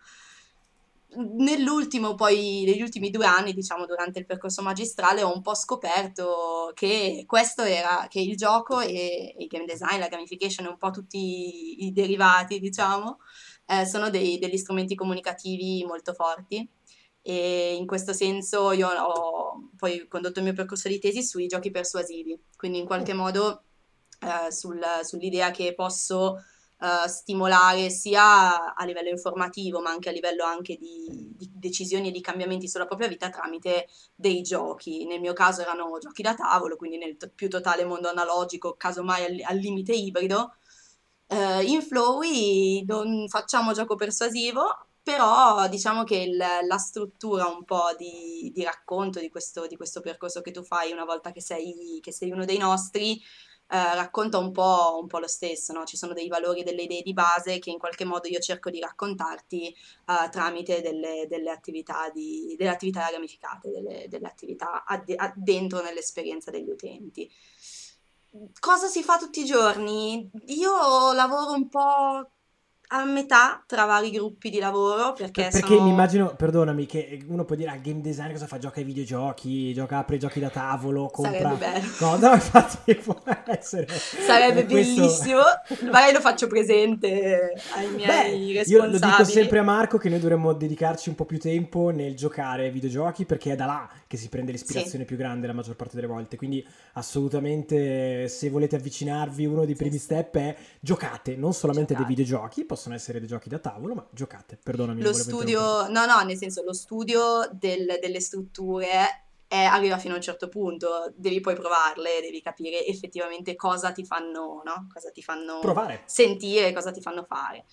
Negli ultimi 2 anni, diciamo, durante il percorso magistrale, ho un po' scoperto che questo era, che il gioco e il game design, la gamification e un po' tutti i derivati, diciamo, sono degli strumenti comunicativi molto forti. E in questo senso io ho poi condotto il mio percorso di tesi sui giochi persuasivi, quindi in qualche modo sull'idea che posso stimolare sia a livello informativo, ma anche a livello anche di decisioni e di cambiamenti sulla propria vita tramite dei giochi. Nel mio caso erano giochi da tavolo, quindi nel più totale mondo analogico, casomai al limite ibrido. In Flowy non facciamo gioco persuasivo, però diciamo che la struttura un po' di racconto di questo percorso che tu fai una volta che sei uno dei nostri, racconta un po' lo stesso, no? Ci sono dei valori, delle idee di base che in qualche modo io cerco di raccontarti tramite delle attività gamificate, delle attività dentro nell'esperienza degli utenti. Cosa si fa tutti i giorni? Io lavoro un po' a metà tra vari gruppi di lavoro perché Perché mi sono... immagino, perdonami, che uno può dire, game design cosa fa? Gioca ai videogiochi, apre i giochi da tavolo, Sarebbe compra... bello. No, infatti può essere Sarebbe questo... bellissimo. Magari lo faccio presente ai Beh, miei io lo dico responsabili. sempre a Marco che noi dovremmo dedicarci un po' più tempo nel giocare ai videogiochi, perché è da là che si prende Sì, l'ispirazione più grande la maggior parte delle volte. Quindi assolutamente, se volete avvicinarvi, uno dei sì, primi sì. step è giocate, non solamente dei Giocate. videogiochi, possono essere dei giochi da tavolo, ma giocate. Perdonami, non Lo volevo interromperti. studio, no, no, nel senso lo studio delle strutture arriva fino a un certo punto, devi poi provarle, devi capire effettivamente cosa ti fanno, no? Cosa ti fanno Provare. sentire, cosa ti fanno fare.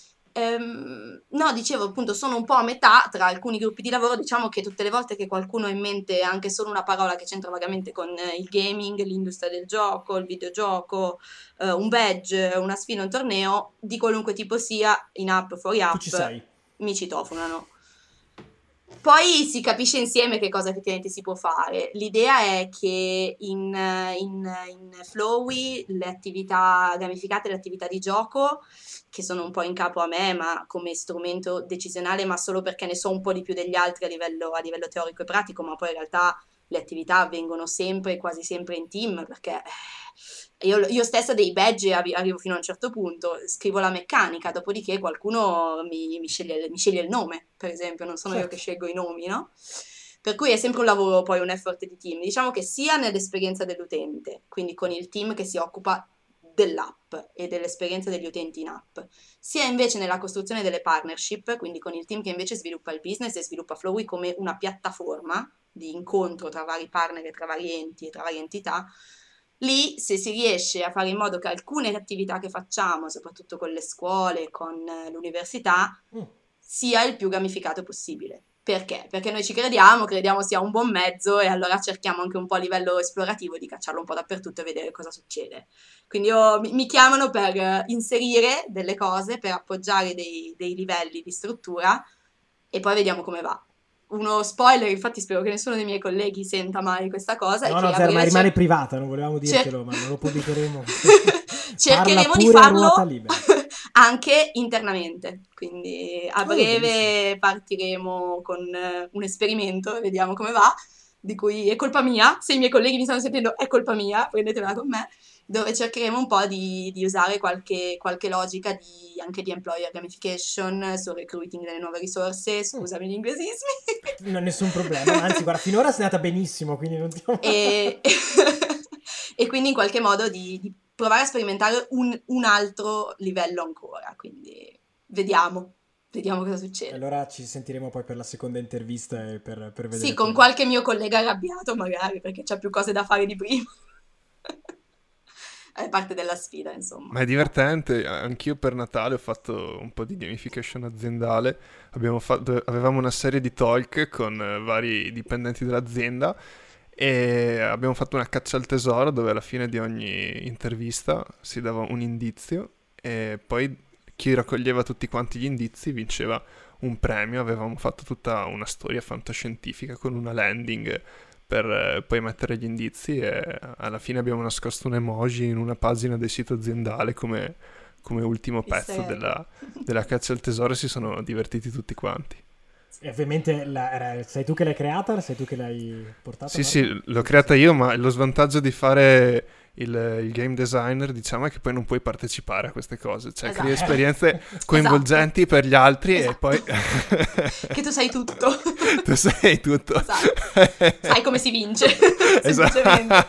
No, dicevo appunto, sono un po' a metà tra alcuni gruppi di lavoro, diciamo che tutte le volte che qualcuno ha in mente anche solo una parola che c'entra vagamente con il gaming, l'industria del gioco, il videogioco, un badge, una sfida, un torneo, di qualunque tipo sia, in app, fuori Tu ci app, sei. mi citofonano. Poi si capisce insieme che cosa effettivamente si può fare. L'idea è che in Flowy le attività gamificate, le attività di gioco, che sono un po' in capo a me, ma come strumento decisionale, ma solo perché ne so un po' di più degli altri a livello teorico e pratico, ma poi in realtà le attività avvengono sempre, quasi sempre in team, perché io stessa dei badge arrivo fino a un certo punto, scrivo la meccanica, dopodiché qualcuno mi sceglie il nome, per esempio, non sono io che Certo. scelgo i nomi, no? Per cui è sempre un lavoro, poi un effort di team. Diciamo che sia nell'esperienza dell'utente, quindi con il team che si occupa dell'app e dell'esperienza degli utenti in app, sia invece nella costruzione delle partnership, quindi con il team che invece sviluppa il business e sviluppa Flowy come una piattaforma di incontro tra vari partner e tra vari enti e tra varie entità, lì se si riesce a fare in modo che alcune attività che facciamo, soprattutto con le scuole, con l'università, sia il più gamificato possibile. Perché? Perché noi ci crediamo sia un buon mezzo e allora cerchiamo anche un po' a livello esplorativo di cacciarlo un po' dappertutto e vedere cosa succede. Quindi mi chiamano per inserire delle cose, per appoggiare dei livelli di struttura e poi vediamo come va. Uno spoiler, infatti spero che nessuno dei miei colleghi senta mai questa cosa. No, è che Zero, ma rimane privata, non volevamo dirtelo, ma non lo pubblicheremo. Cercheremo di farlo anche internamente, quindi a breve partiremo con un esperimento e vediamo come va, di cui è colpa mia, se i miei colleghi mi stanno sentendo è colpa mia, prendetela con me, dove cercheremo un po' di usare qualche logica anche di employer gamification sul recruiting delle nuove risorse, scusami gli inglesismi. Non nessun problema, anzi guarda, finora sei andata benissimo, quindi non ti e quindi in qualche modo di provare a sperimentare un altro livello ancora, quindi vediamo cosa succede. Allora ci sentiremo poi per la seconda intervista e per vedere. Sì, con qualche mio collega arrabbiato magari, perché c'ha più cose da fare di prima. È parte della sfida, insomma. Ma è divertente, anch'io per Natale ho fatto un po' di gamification aziendale, avevamo una serie di talk con vari dipendenti dell'azienda e abbiamo fatto una caccia al tesoro dove alla fine di ogni intervista si dava un indizio e poi chi raccoglieva tutti quanti gli indizi vinceva un premio. Avevamo fatto tutta una storia fantascientifica con una landing per poi mettere gli indizi e alla fine abbiamo nascosto un emoji in una pagina del sito aziendale come ultimo pezzo della caccia al tesoro e si sono divertiti tutti quanti. E ovviamente sei tu che l'hai creata? Sei tu che l'hai portata? Sì, l'ho creata io, ma lo svantaggio di fare il game designer, diciamo, è che poi non puoi partecipare a queste cose, cioè crei esperienze coinvolgenti per gli altri e poi... che tu sai tutto. Tu sai tutto. Sai come si vince, semplicemente.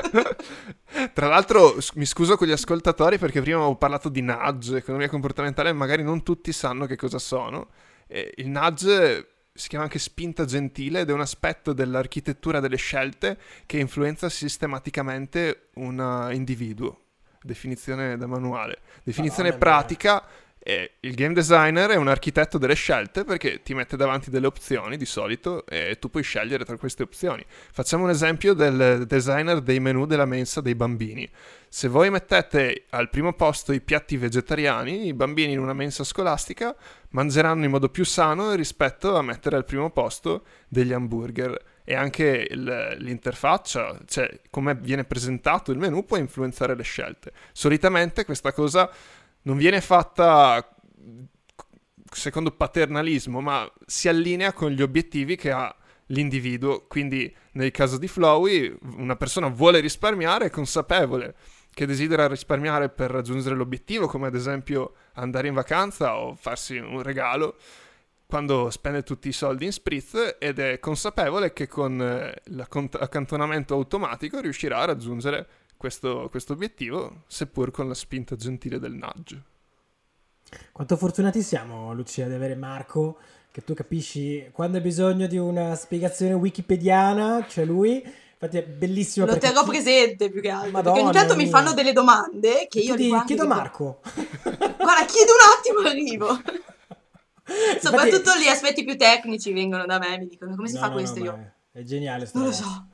Tra l'altro mi scuso con gli ascoltatori perché prima avevo parlato di nudge, economia comportamentale, magari non tutti sanno che cosa sono. Il nudge si chiama anche spinta gentile ed è un aspetto dell'architettura delle scelte che influenza sistematicamente un individuo. Definizione da manuale. Definizione pratica. Il game designer è un architetto delle scelte perché ti mette davanti delle opzioni di solito e tu puoi scegliere tra queste opzioni. Facciamo un esempio del designer dei menu della mensa dei bambini. Se voi mettete al primo posto i piatti vegetariani, i bambini in una mensa scolastica mangeranno in modo più sano rispetto a mettere al primo posto degli hamburger. E anche l'interfaccia, cioè come viene presentato il menu, può influenzare le scelte. Solitamente questa cosa non viene fatta secondo paternalismo, ma si allinea con gli obiettivi che ha l'individuo. Quindi nel caso di Flowey, una persona vuole risparmiare, è consapevole che desidera risparmiare per raggiungere l'obiettivo, come ad esempio andare in vacanza o farsi un regalo, quando spende tutti i soldi in spritz, ed è consapevole che con l'accantonamento automatico riuscirà a raggiungere questo obiettivo, seppur con la spinta gentile del nudge. Quanto fortunati siamo, Lucia, di avere Marco, che tu capisci quando hai bisogno di una spiegazione wikipediana, c'è lui. Infatti è bellissimo. Lo terrò presente più che altro. Madonna perché ogni tanto mia. mi fanno delle domande che io chiedo a Marco. Guarda, chiedo un attimo, arrivo. Soprattutto gli aspetti più tecnici vengono da me, mi dicono come si fa questo io. È geniale. Non lo so.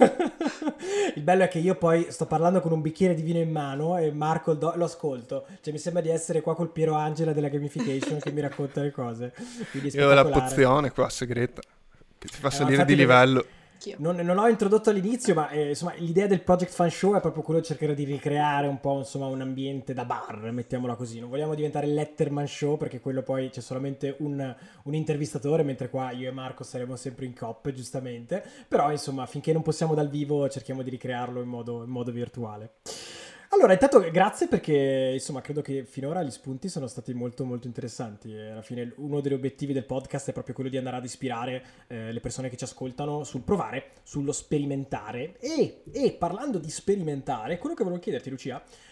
Il bello è che io poi sto parlando con un bicchiere di vino in mano e Marco lo ascolto. Cioè mi sembra di essere qua col Piero Angela della gamification che mi racconta le cose. Io ho la pozione qua segreta che ti fa salire di livello. Non l'ho introdotto all'inizio, ma insomma l'idea del Project Fun Show è proprio quello di cercare di ricreare un po' insomma un ambiente da bar, mettiamola così. Non vogliamo diventare Letterman Show perché quello poi c'è solamente un intervistatore, mentre qua io e Marco saremo sempre in coppe, giustamente. Però insomma finché non possiamo dal vivo cerchiamo di ricrearlo in modo virtuale. Allora, intanto grazie perché insomma credo che finora gli spunti sono stati molto molto interessanti e alla fine uno degli obiettivi del podcast è proprio quello di andare ad ispirare le persone che ci ascoltano sul provare, sullo sperimentare e parlando di sperimentare, quello che volevo chiederti Lucia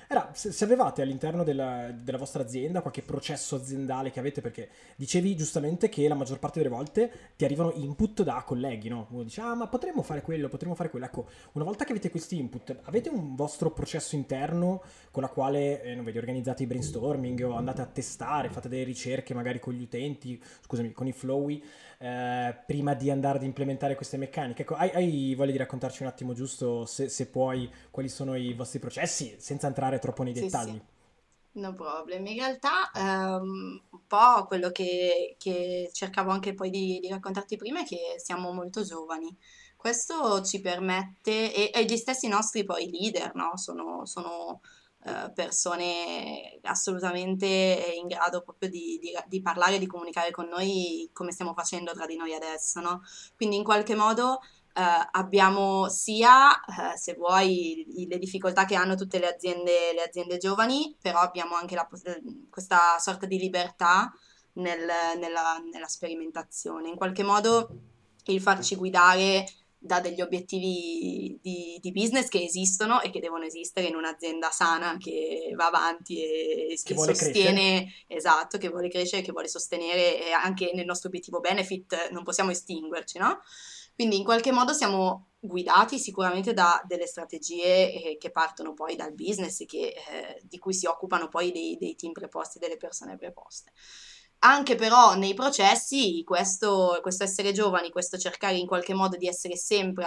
Era se avevate all'interno della vostra azienda qualche processo aziendale che avete, perché dicevi giustamente che la maggior parte delle volte ti arrivano input da colleghi, no? Uno dice, ah, ma potremmo fare quello, potremmo fare quello. Ecco, una volta che avete questi input, avete un vostro processo interno con la quale, non vedi, organizzate i brainstorming o andate a testare, fate delle ricerche magari con gli utenti, scusami, con i flowy, prima di andare ad implementare queste meccaniche? Ecco, hai voglia di raccontarci un attimo giusto, se puoi, quali sono i vostri processi, senza entrare troppo nei Sì, dettagli? sì. No problem. In realtà, un po' quello che cercavo anche poi di raccontarti prima è che siamo molto giovani. Questo ci permette, e gli stessi nostri poi leader, no? Sono persone assolutamente in grado proprio di parlare e di comunicare con noi come stiamo facendo tra di noi adesso, no? Quindi in qualche modo abbiamo sia, se vuoi, le difficoltà che hanno tutte le aziende giovani, però abbiamo anche questa sorta di libertà nella sperimentazione. In qualche modo il farci guidare da degli obiettivi di business che esistono e che devono esistere in un'azienda sana che va avanti Che e vuole crescere? sostiene, esatto, che vuole crescere, che vuole sostenere e anche nel nostro obiettivo benefit non possiamo estinguerci, no? Quindi in qualche modo siamo guidati sicuramente da delle strategie che partono poi dal business e di cui si occupano poi dei team preposti, delle persone preposte. Anche però nei processi questo essere giovani, questo cercare in qualche modo di essere sempre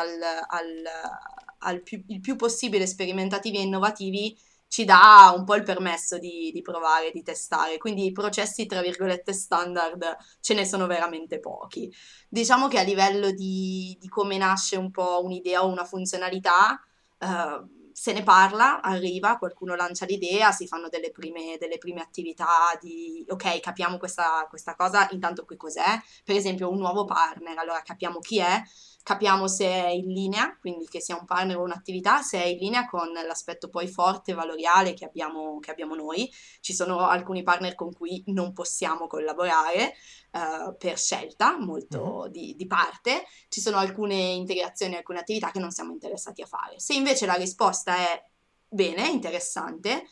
il più possibile sperimentativi e innovativi ci dà un po' il permesso di provare, di testare. Quindi i processi, tra virgolette, standard ce ne sono veramente pochi. Diciamo che a livello di come nasce un po' un'idea o una funzionalità, se ne parla, arriva, qualcuno lancia l'idea, si fanno delle prime attività di, ok, capiamo questa cosa, intanto qui cos'è? Per esempio un nuovo partner, allora capiamo chi è, capiamo se è in linea, quindi che sia un partner o un'attività, se è in linea con l'aspetto poi forte, valoriale che abbiamo noi. Ci sono alcuni partner con cui non possiamo collaborare, per scelta Mhm. molto di parte, ci sono alcune integrazioni, alcune attività che non siamo interessati a fare. Se invece la risposta è bene, interessante,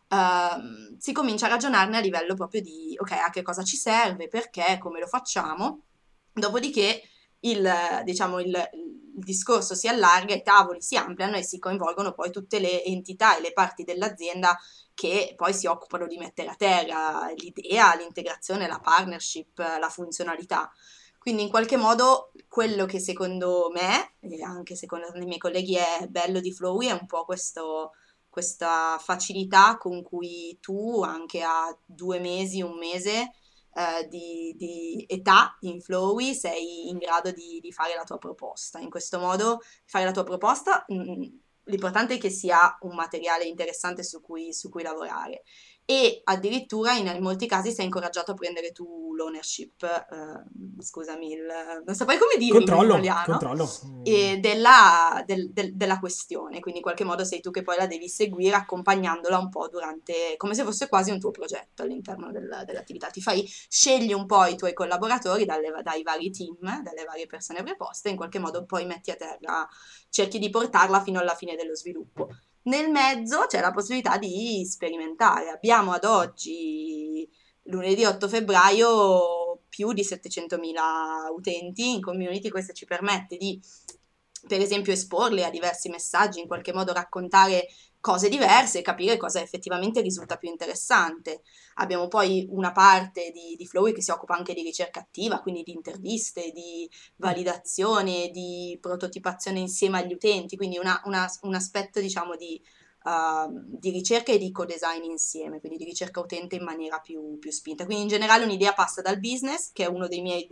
si comincia a ragionarne a livello proprio di, ok, a che cosa ci serve, perché, come lo facciamo, dopodiché il, diciamo, il discorso si allarga, i tavoli si ampliano e si coinvolgono poi tutte le entità e le parti dell'azienda che poi si occupano di mettere a terra l'idea, l'integrazione, la partnership, la funzionalità. Quindi in qualche modo quello che secondo me, e anche secondo i miei colleghi, è bello di Flowy è un po' questa facilità con cui tu anche a 2 mesi, un mese di età in Flowy sei in grado di fare la tua proposta. In questo modo fare la tua proposta, l'importante è che sia un materiale interessante su cui lavorare e addirittura in molti casi sei incoraggiato a prendere tu l'ownership, scusami, non saprei come dirlo in Controllo, italiano, controllo. e della questione, quindi in qualche modo sei tu che poi la devi seguire accompagnandola un po' durante, come se fosse quasi un tuo progetto all'interno dell'attività. Scegli un po' i tuoi collaboratori dai vari team, dalle varie persone preposte, e in qualche modo poi metti a terra, cerchi di portarla fino alla fine dello sviluppo. Nel mezzo c'è la possibilità di sperimentare. Abbiamo ad oggi, lunedì 8 febbraio, più di 700.000 utenti in community. Questo ci permette di, per esempio, esporli a diversi messaggi, in qualche modo raccontare cose diverse e capire cosa effettivamente risulta più interessante. Abbiamo poi una parte di Flowy che si occupa anche di ricerca attiva, quindi di interviste, di Mm. validazione, di prototipazione insieme agli utenti, quindi un aspetto diciamo di ricerca e di co-design insieme, quindi di ricerca utente in maniera più spinta. Quindi in generale un'idea passa dal business, che è uno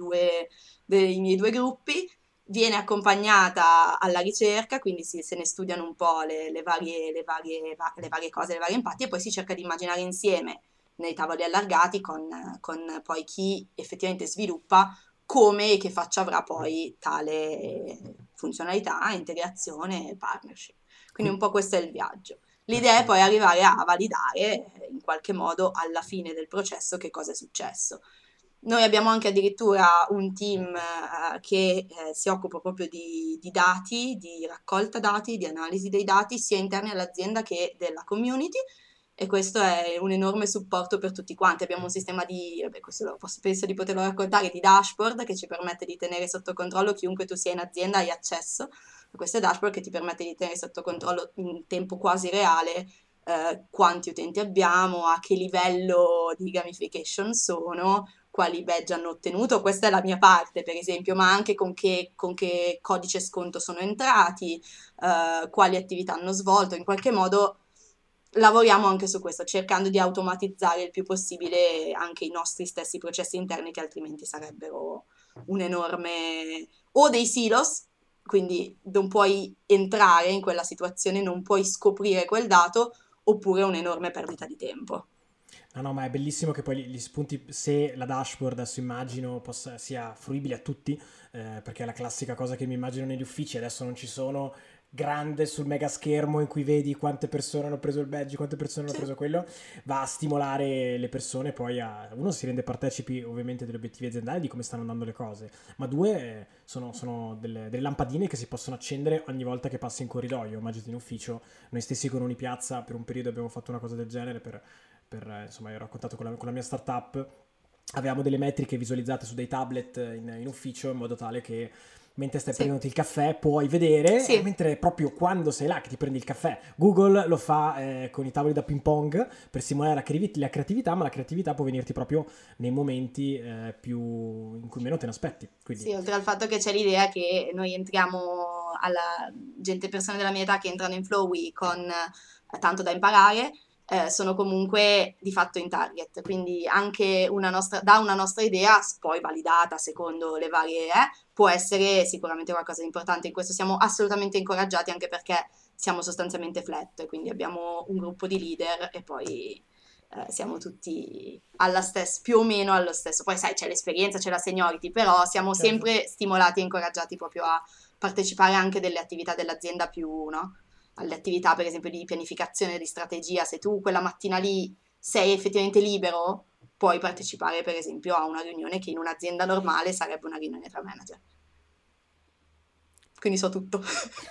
dei miei due gruppi, viene accompagnata alla ricerca, quindi se ne studiano un po' le varie cose, le varie impatti e poi si cerca di immaginare insieme nei tavoli allargati con poi chi effettivamente sviluppa come e che faccia avrà poi tale funzionalità, integrazione e partnership. Quindi un Qui- po' questo è il viaggio. L'idea è poi Perfetto. arrivare a validare in qualche modo alla fine del processo che cosa è successo. Noi abbiamo anche addirittura un team che si occupa proprio di dati, di raccolta dati, di analisi dei dati, sia interni all'azienda che della community, e questo è un enorme supporto per tutti quanti. Abbiamo un sistema di, vabbè, questo penso di poterlo raccontare, di dashboard che ci permette di tenere sotto controllo chiunque tu sia in azienda, hai accesso a questo dashboard che ti permette di tenere sotto controllo in tempo quasi reale quanti utenti abbiamo, a che livello di gamification sono, quali badge hanno ottenuto, questa è la mia parte per esempio, ma anche con che codice sconto sono entrati, quali attività hanno svolto, in qualche modo lavoriamo anche su questo, cercando di automatizzare il più possibile anche i nostri stessi processi interni che altrimenti sarebbero un enorme... o dei silos, quindi non puoi entrare in quella situazione, non puoi scoprire quel dato, oppure un'enorme perdita di tempo. No, ma è bellissimo che poi gli spunti, se la dashboard adesso immagino sia fruibile a tutti, perché è la classica cosa che mi immagino negli uffici, adesso non ci sono grande sul mega schermo in cui vedi quante persone hanno preso il badge, quante persone hanno Sì. preso quello, va a stimolare le persone, poi uno si rende partecipi ovviamente degli obiettivi aziendali, di come stanno andando le cose, ma due sono delle lampadine che si possono accendere ogni volta che passi in corridoio, immagino in ufficio, noi stessi con Unipiazza per un periodo abbiamo fatto una cosa del genere insomma, io ho raccontato con la mia startup, avevamo delle metriche visualizzate su dei tablet in ufficio in modo tale che mentre stai Sì. prendendo il caffè puoi vedere, Sì. mentre proprio quando sei là che ti prendi il caffè, Google lo fa con i tavoli da ping pong per simulare la creatività, ma la creatività può venirti proprio nei momenti più in cui meno te ne aspetti. Quindi... Sì, oltre al fatto che c'è l'idea che noi entriamo alla persone della mia età che entrano in Flow Week con tanto da imparare, sono comunque di fatto in target, quindi anche una nostra idea, poi validata secondo le varie, può essere sicuramente qualcosa di importante. In questo siamo assolutamente incoraggiati anche perché siamo sostanzialmente flat, quindi abbiamo un gruppo di leader e poi siamo tutti più o meno allo stesso. Poi sai, c'è l'esperienza, c'è la seniority, però siamo Certo. sempre stimolati e incoraggiati proprio a partecipare anche delle attività dell'azienda più, no? Alle attività per esempio di pianificazione, di strategia. Se tu quella mattina lì sei effettivamente libero, puoi partecipare per esempio a una riunione che in un'azienda normale sarebbe una riunione tra manager. Quindi so tutto.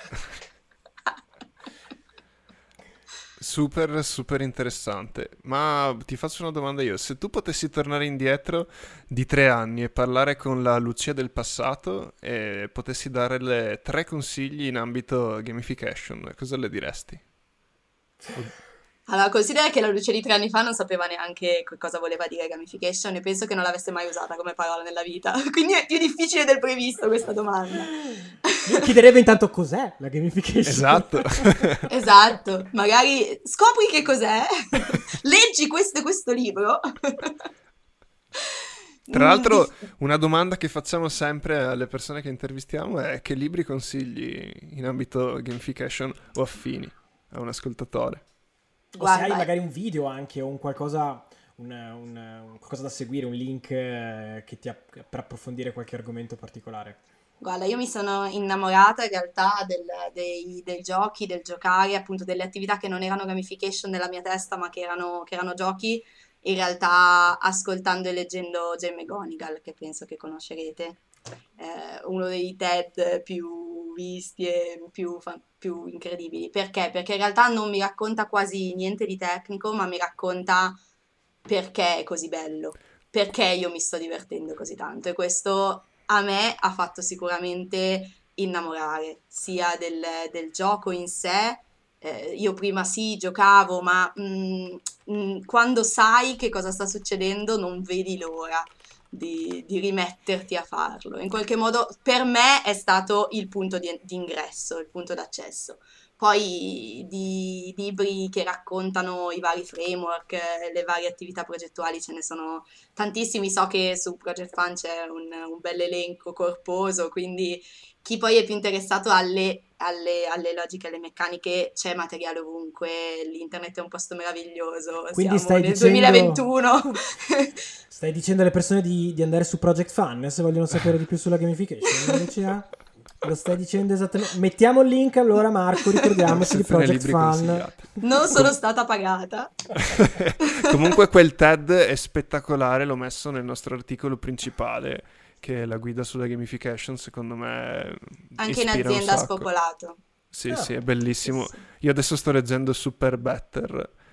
Super, super interessante. Ma ti faccio una domanda io. Se tu potessi tornare indietro di 3 anni e parlare con la Lucia del passato e potessi darle 3 consigli in ambito gamification, cosa le diresti? Allora, considera che la Luce di 3 anni fa non sapeva neanche cosa voleva dire gamification e penso che non l'avesse mai usata come parola nella vita. Quindi è più difficile del previsto questa domanda. Io chiederebbe intanto cos'è la gamification. Esatto. Esatto, magari scopri che cos'è, leggi questo libro. Tra l'altro, una domanda che facciamo sempre alle persone che intervistiamo è: che libri consigli in ambito gamification o affini a un ascoltatore? O se hai Guarda, magari un video anche o un qualcosa, un qualcosa da seguire, un link per approfondire qualche argomento particolare. guarda, io mi sono innamorata in realtà dei giochi, del giocare, appunto delle attività che non erano gamification nella mia testa, ma che erano giochi, in realtà ascoltando e leggendo Jay McGonigal, che penso che conoscerete, uno dei TED più visti e più incredibili. Perché? Perché in realtà non mi racconta quasi niente di tecnico, ma mi racconta perché è così bello, perché io mi sto divertendo così tanto e questo a me ha fatto sicuramente innamorare sia del gioco in sé. Io prima sì giocavo, ma quando sai che cosa sta succedendo non vedi l'ora di rimetterti a farlo. In qualche modo per me è stato il punto di ingresso, il punto d'accesso. Poi di libri che raccontano i vari framework, le varie attività progettuali ce ne sono tantissimi. So che su Project Fan c'è un bel elenco corposo, quindi chi poi è più interessato alle logiche, alle meccaniche, c'è materiale ovunque, l'internet è un posto meraviglioso, Quindi siamo stai nel dicendo, 2021. stai dicendo alle persone di andare su Project Fun se vogliono sapere di più sulla gamification. Lucia? Lo stai dicendo esattamente. Mettiamo il link allora, Marco, ricordiamoci di Sezione Project libri Fun. consigliati. Non sono stata pagata. Comunque quel TED è spettacolare, l'ho messo nel nostro articolo principale, che è la guida sulla gamification, secondo me Anche in ispira un azienda ha sacco. spopolato. Sì, Ah, sì, è bellissimo. Sì, sì. Io adesso sto leggendo Super Better,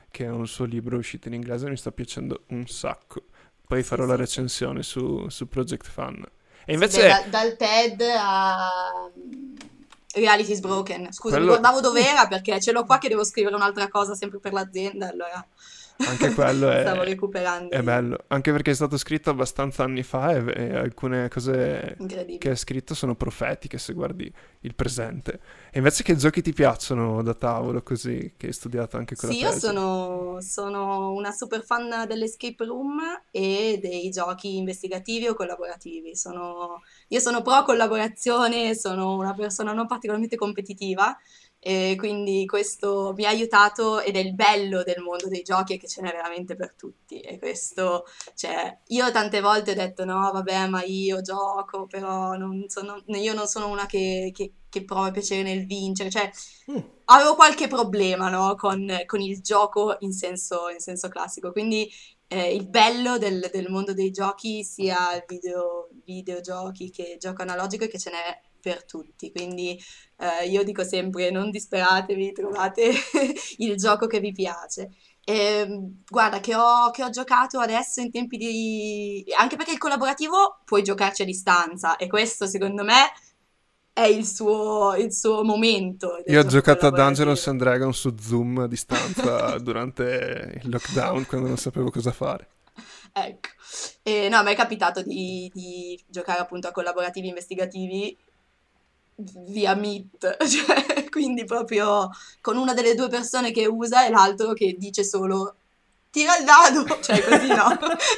che è un suo libro uscito in inglese e mi sta piacendo un sacco. Poi farò Sì, la sì, sì. recensione su Project Fun. E Sì, beh, invece dal TED a Reality is Broken. Scusa, mi quello, guardavo dov'era perché ce l'ho qua che devo scrivere un'altra cosa sempre per l'azienda, allora anche quello stavo recuperando è bello, anche perché è stato scritto abbastanza anni fa e alcune cose che incredibile. è scritto sono profetiche se guardi il presente. E invece che giochi ti piacciono da tavolo così, che hai studiato anche con la Sì, io tesi? sono una super fan dell'escape room e dei giochi investigativi o collaborativi. Io sono pro collaborazione, sono una persona non particolarmente competitiva e quindi questo mi ha aiutato ed è il bello del mondo dei giochi è che ce n'è veramente per tutti e questo, cioè, io tante volte ho detto no, vabbè, ma io gioco, però io non sono una che prova piacere nel vincere, cioè Mm, avevo qualche problema, no, con il gioco in senso classico, quindi il bello del mondo dei giochi, sia videogiochi che gioco analogico, è che ce n'è per tutti, quindi io dico sempre non disperatevi, trovate il gioco che vi piace. Guarda, che ho giocato adesso in tempi di... anche perché il collaborativo puoi giocarci a distanza e questo secondo me è il suo momento del Io ho gioco giocato a Dungeons collaborativo. and Dragons su Zoom a distanza durante il lockdown quando non sapevo cosa fare. Ecco. E, no, a me è capitato di giocare appunto a collaborativi investigativi via Meet, cioè, quindi proprio con una delle due persone che usa e l'altro che dice solo tira il dado, cioè così no.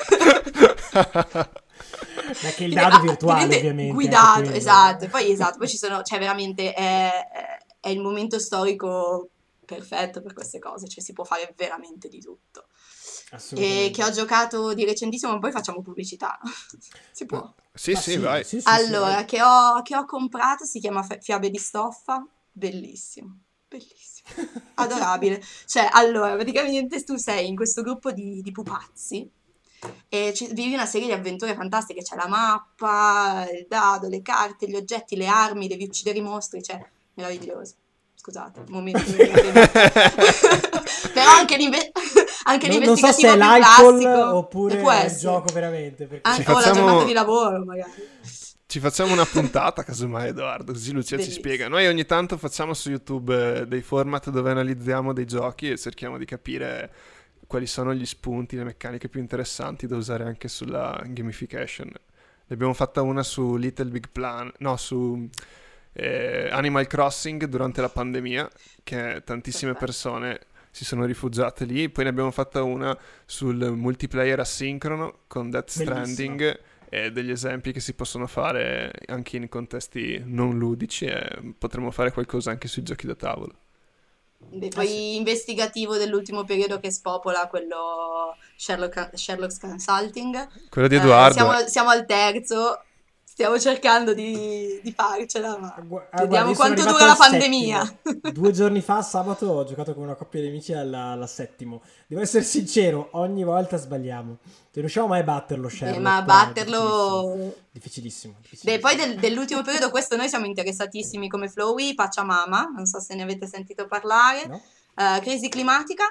beh, che il Quindi dado virtuale ovviamente ovviamente, anche guidato, quello. esatto, poi ci sono, cioè veramente è il momento storico perfetto per queste cose, cioè si può fare veramente di tutto. E che Assolutamente. ho giocato di recentissimo, ma poi facciamo pubblicità, si Ma- può. sì, Ma sì, sì, vai. sì, sì, sì, vai. Allora, che ho comprato si chiama Fiabe di stoffa, bellissimo, bellissimo, adorabile. Cioè, allora, praticamente tu sei in questo gruppo di pupazzi e vivi una serie di avventure fantastiche, c'è la mappa, il dado, le carte, gli oggetti, le armi, devi uccidere i mostri, cioè, meraviglioso. Scusate, momento intrattenimento. Però anche Non so se è l'investigativo più l'alcol classico, e può oppure è il essere. gioco veramente, Ci perché... O la giornata di facciamo, lavoro, magari. ci facciamo una puntata, casomai, Edoardo, così Lucia ci spiega. Bellissimo. Noi ogni tanto facciamo su YouTube dei format dove analizziamo dei giochi e cerchiamo di capire quali sono gli spunti, le meccaniche più interessanti da usare anche sulla gamification. Ne abbiamo fatta una su Little Big Plan, no, su Animal Crossing durante la pandemia, che tantissime Perfetto. persone si sono rifugiate lì. Poi ne abbiamo fatta una sul multiplayer asincrono con Death Bellissimo. Stranding e degli esempi che si possono fare anche in contesti non ludici e potremmo fare qualcosa anche sui giochi da tavolo. Beh, Eh sì. poi investigativo dell'ultimo periodo che spopola quello Sherlock's Consulting. Quello di Siamo, Edoardo, siamo al terzo, stiamo cercando di farcela, ma Guarda, vediamo io sono quanto arrivato dura al la settimo. pandemia. 2 giorni fa, sabato, ho giocato con una coppia di amici al settimo. Devo essere sincero, ogni volta sbagliamo. Non riusciamo mai a batterlo, Ma Sherlock, però è difficilissimo. batterlo... Difficilissimo, Beh, poi difficilissimo. dell'ultimo periodo, questo noi siamo interessatissimi come Flowey, Pachamama, non so se ne avete sentito parlare, No? Crisi climatica.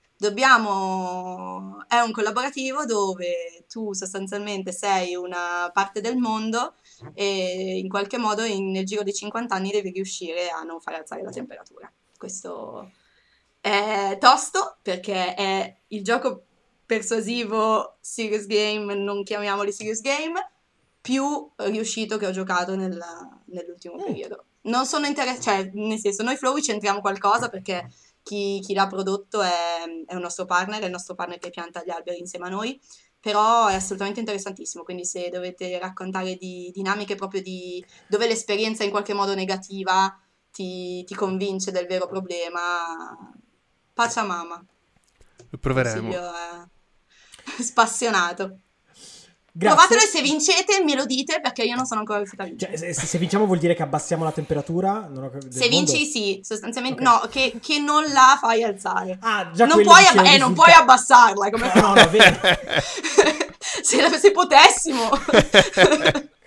È un collaborativo dove tu sostanzialmente sei una parte del mondo e in qualche modo nel giro di 50 anni devi riuscire a non far alzare la temperatura. Questo è tosto perché è il gioco persuasivo serious game, non chiamiamoli serious game, più riuscito che ho giocato nell'ultimo Mm. periodo. Non sono cioè, nel senso, noi Flowy c'entriamo qualcosa perché chi l'ha prodotto è un nostro partner, è il nostro partner che pianta gli alberi insieme a noi, però è assolutamente interessantissimo, quindi se dovete raccontare di dinamiche proprio di dove l'esperienza in qualche modo negativa ti convince del vero problema, Pachamama, lo proveremo. consiglio è spassionato. Provatelo e Grazie. se vincete me lo dite perché io non sono ancora riuscita a Cioè, vincere. se vinciamo vuol dire che abbassiamo la temperatura del Se vinci mondo? sì, sostanzialmente Ok. no, che non la fai alzare. Ah, già Non quello puoi, dice un non puoi risultato. abbassarla, come No, no, fai? vero. Se potessimo.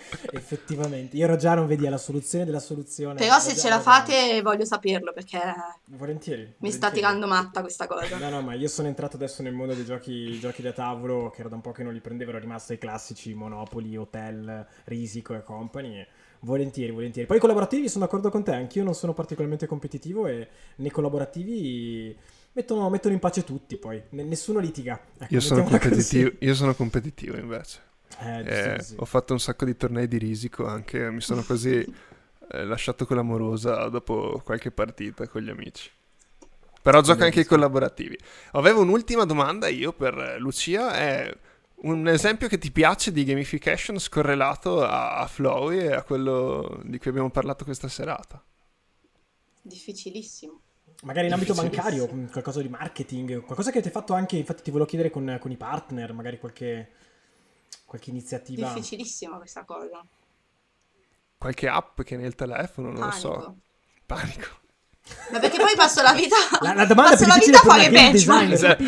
Effettivamente, io ero già non vedi la soluzione della soluzione. Però se ce la fate voglio saperlo, perché volentieri. mi sta tirando matta questa cosa. No, ma io sono entrato adesso nel mondo dei giochi da tavolo, che era da un po' che non li prendevo, ero rimasto ai classici Monopoly, Hotel, Risico e compagni. Volentieri. Poi i collaborativi sono d'accordo con te, anch'io non sono particolarmente competitivo e nei collaborativi mettono in pace tutti, poi nessuno litiga. Ecco, io sono competitivo invece. Ho fatto un sacco di tornei di Risico anche, mi sono quasi lasciato con l'amorosa dopo qualche partita con gli amici. Però gioco anche i collaborativi. Avevo un'ultima domanda io per Lucia, è un esempio che ti piace di gamification scorrelato a Flowy e a quello di cui abbiamo parlato questa serata? Difficilissimo. Magari in ambito bancario, qualcosa di marketing, qualcosa che avete fatto anche, infatti ti volevo chiedere con i partner, magari qualche iniziativa. Difficilissima questa cosa. Qualche app che nel telefono, non lo so. Panico. Ma perché poi passo la vita la domanda passo la vita a fare benchmark.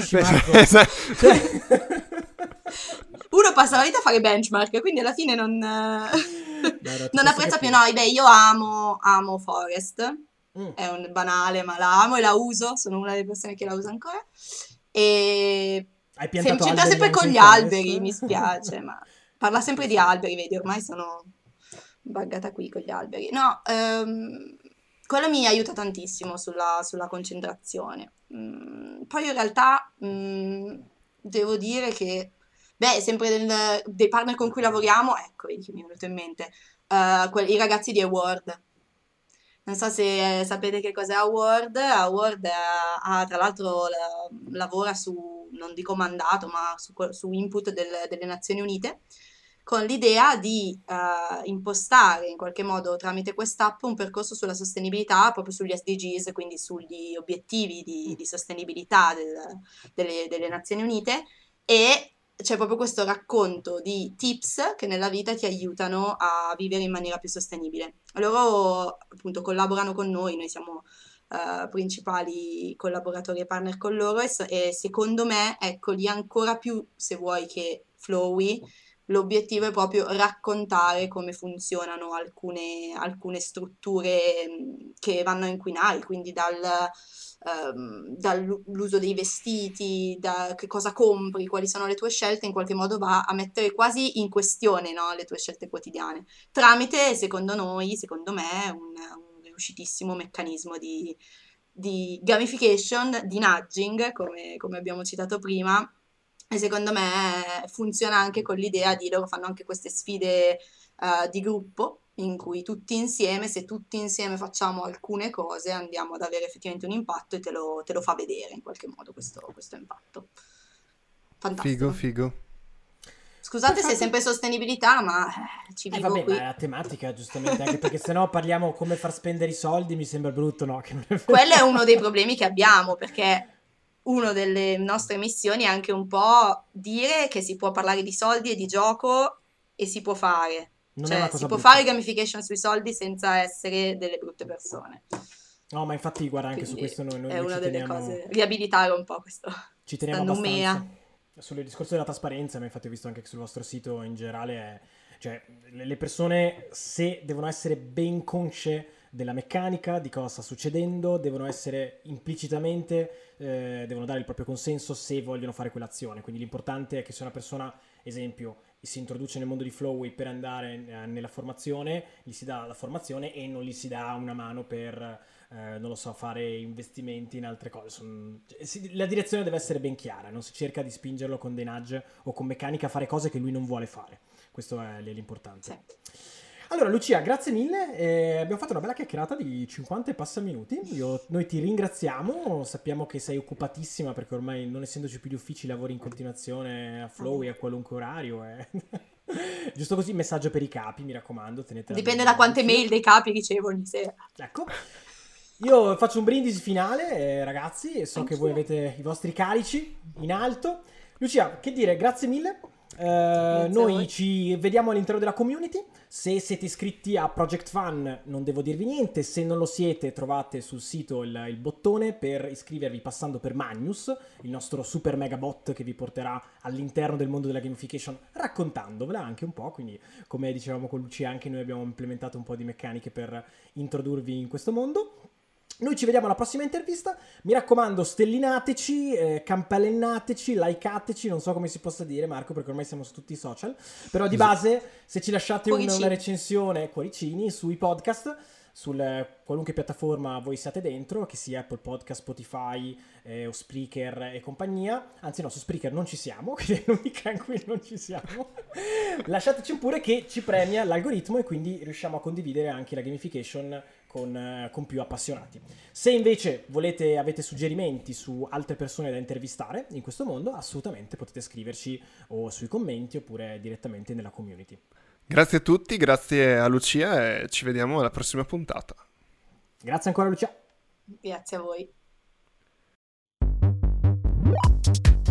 Uno passa la vita a fare benchmark, quindi alla fine non apprezza più. No, beh, io amo Forest. È un banale, ma la amo e la uso. Sono una delle persone che la usa ancora. E c'entra sempre con gli alberi, mi spiace, ma parla sempre di alberi, vedi, ormai sono buggata qui con gli alberi. No, quello mi aiuta tantissimo sulla concentrazione. Poi in realtà devo dire che, sempre dei partner con cui lavoriamo, ecco, vedi che mi è venuto in mente, i ragazzi di Award. Non so se sapete che cos'è Award. Award tra l'altro lavora su, non dico mandato, ma su input delle Nazioni Unite, con l'idea di impostare in qualche modo tramite quest'app un percorso sulla sostenibilità, proprio sugli SDGs, quindi sugli obiettivi di sostenibilità delle Nazioni Unite, e c'è proprio questo racconto di tips che nella vita ti aiutano a vivere in maniera più sostenibile. Loro appunto collaborano con noi siamo principali collaboratori e partner con loro, e secondo me, ecco, lì ancora più, se vuoi, che Flowy, l'obiettivo è proprio raccontare come funzionano alcune strutture che vanno a inquinare, quindi dall'uso dei vestiti, da che cosa compri, quali sono le tue scelte, in qualche modo va a mettere quasi in questione, no, le tue scelte quotidiane, tramite, secondo me, un riuscitissimo meccanismo di gamification, di nudging, come abbiamo citato prima. E secondo me funziona anche con l'idea loro fanno anche queste sfide di gruppo, in cui se tutti insieme facciamo alcune cose, andiamo ad avere effettivamente un impatto, e te lo fa vedere in qualche modo questo impatto. Fantastico. Figo. Scusate se è sempre sostenibilità, ma ci vivo vabbè, qui. Ma è la tematica, giustamente, anche perché sennò parliamo come far spendere i soldi, mi sembra brutto, no? Che non è vero. Quello è uno dei problemi che abbiamo, perché una delle nostre missioni è anche un po' dire che si può parlare di soldi e di gioco, e si può fare. Si può fare gamification sui soldi senza essere delle brutte persone. No, ma infatti, guarda, anche su questo noi è una delle cose, riabilitare un po' questo. Ci teniamo abbastanza. Sul discorso della trasparenza, ma infatti ho visto anche sul vostro sito in generale, cioè le persone, se devono essere ben consce della meccanica, di cosa sta succedendo, devono essere implicitamente, devono dare il proprio consenso se vogliono fare quell'azione. Quindi l'importante è che se una persona, esempio, si introduce nel mondo di Flowy per andare nella formazione, gli si dà la formazione e non gli si dà una mano per, non lo so, fare investimenti in altre cose. La direzione deve essere ben chiara, non si cerca di spingerlo con dei nudge o con meccanica a fare cose che lui non vuole fare. Questo è l'importante. Sì. Allora Lucia, grazie mille, abbiamo fatto una bella chiacchierata di 50 e passa minuti, noi ti ringraziamo, sappiamo che sei occupatissima perché ormai non essendoci più gli uffici lavori in continuazione a Flowy a qualunque orario, giusto così, messaggio per i capi, mi raccomando, tenete. Dipende da quante mail dei capi ricevo ogni sera. Ecco, io faccio un brindisi finale, ragazzi, e so che voi avete i vostri calici in alto. Lucia, che dire, grazie mille. Noi ci vediamo all'interno della community. Se siete iscritti a Project Fan non devo dirvi niente, se non lo siete trovate sul sito il bottone per iscrivervi passando per Magnus, il nostro super mega bot che vi porterà all'interno del mondo della gamification raccontandovela anche un po', quindi come dicevamo con Lucia anche noi abbiamo implementato un po' di meccaniche per introdurvi in questo mondo. Noi ci vediamo alla prossima intervista, mi raccomando stellinateci, campellennateci, likeateci, non so come si possa dire Marco perché ormai siamo su tutti i social, però di base se ci lasciate una recensione, cuoricini, sui podcast, su qualunque piattaforma voi siate dentro, che sia Apple Podcast, Spotify o Spreaker e compagnia, anzi no, su Spreaker non ci siamo, quindi è l'unica in cui non ci siamo, lasciateci pure che ci premia l'algoritmo e quindi riusciamo a condividere anche la gamification con più appassionati. Se invece avete suggerimenti su altre persone da intervistare in questo mondo, assolutamente potete scriverci o sui commenti oppure direttamente nella community. Grazie a tutti, grazie a Lucia e ci vediamo alla prossima puntata. Grazie ancora Lucia. Grazie a voi.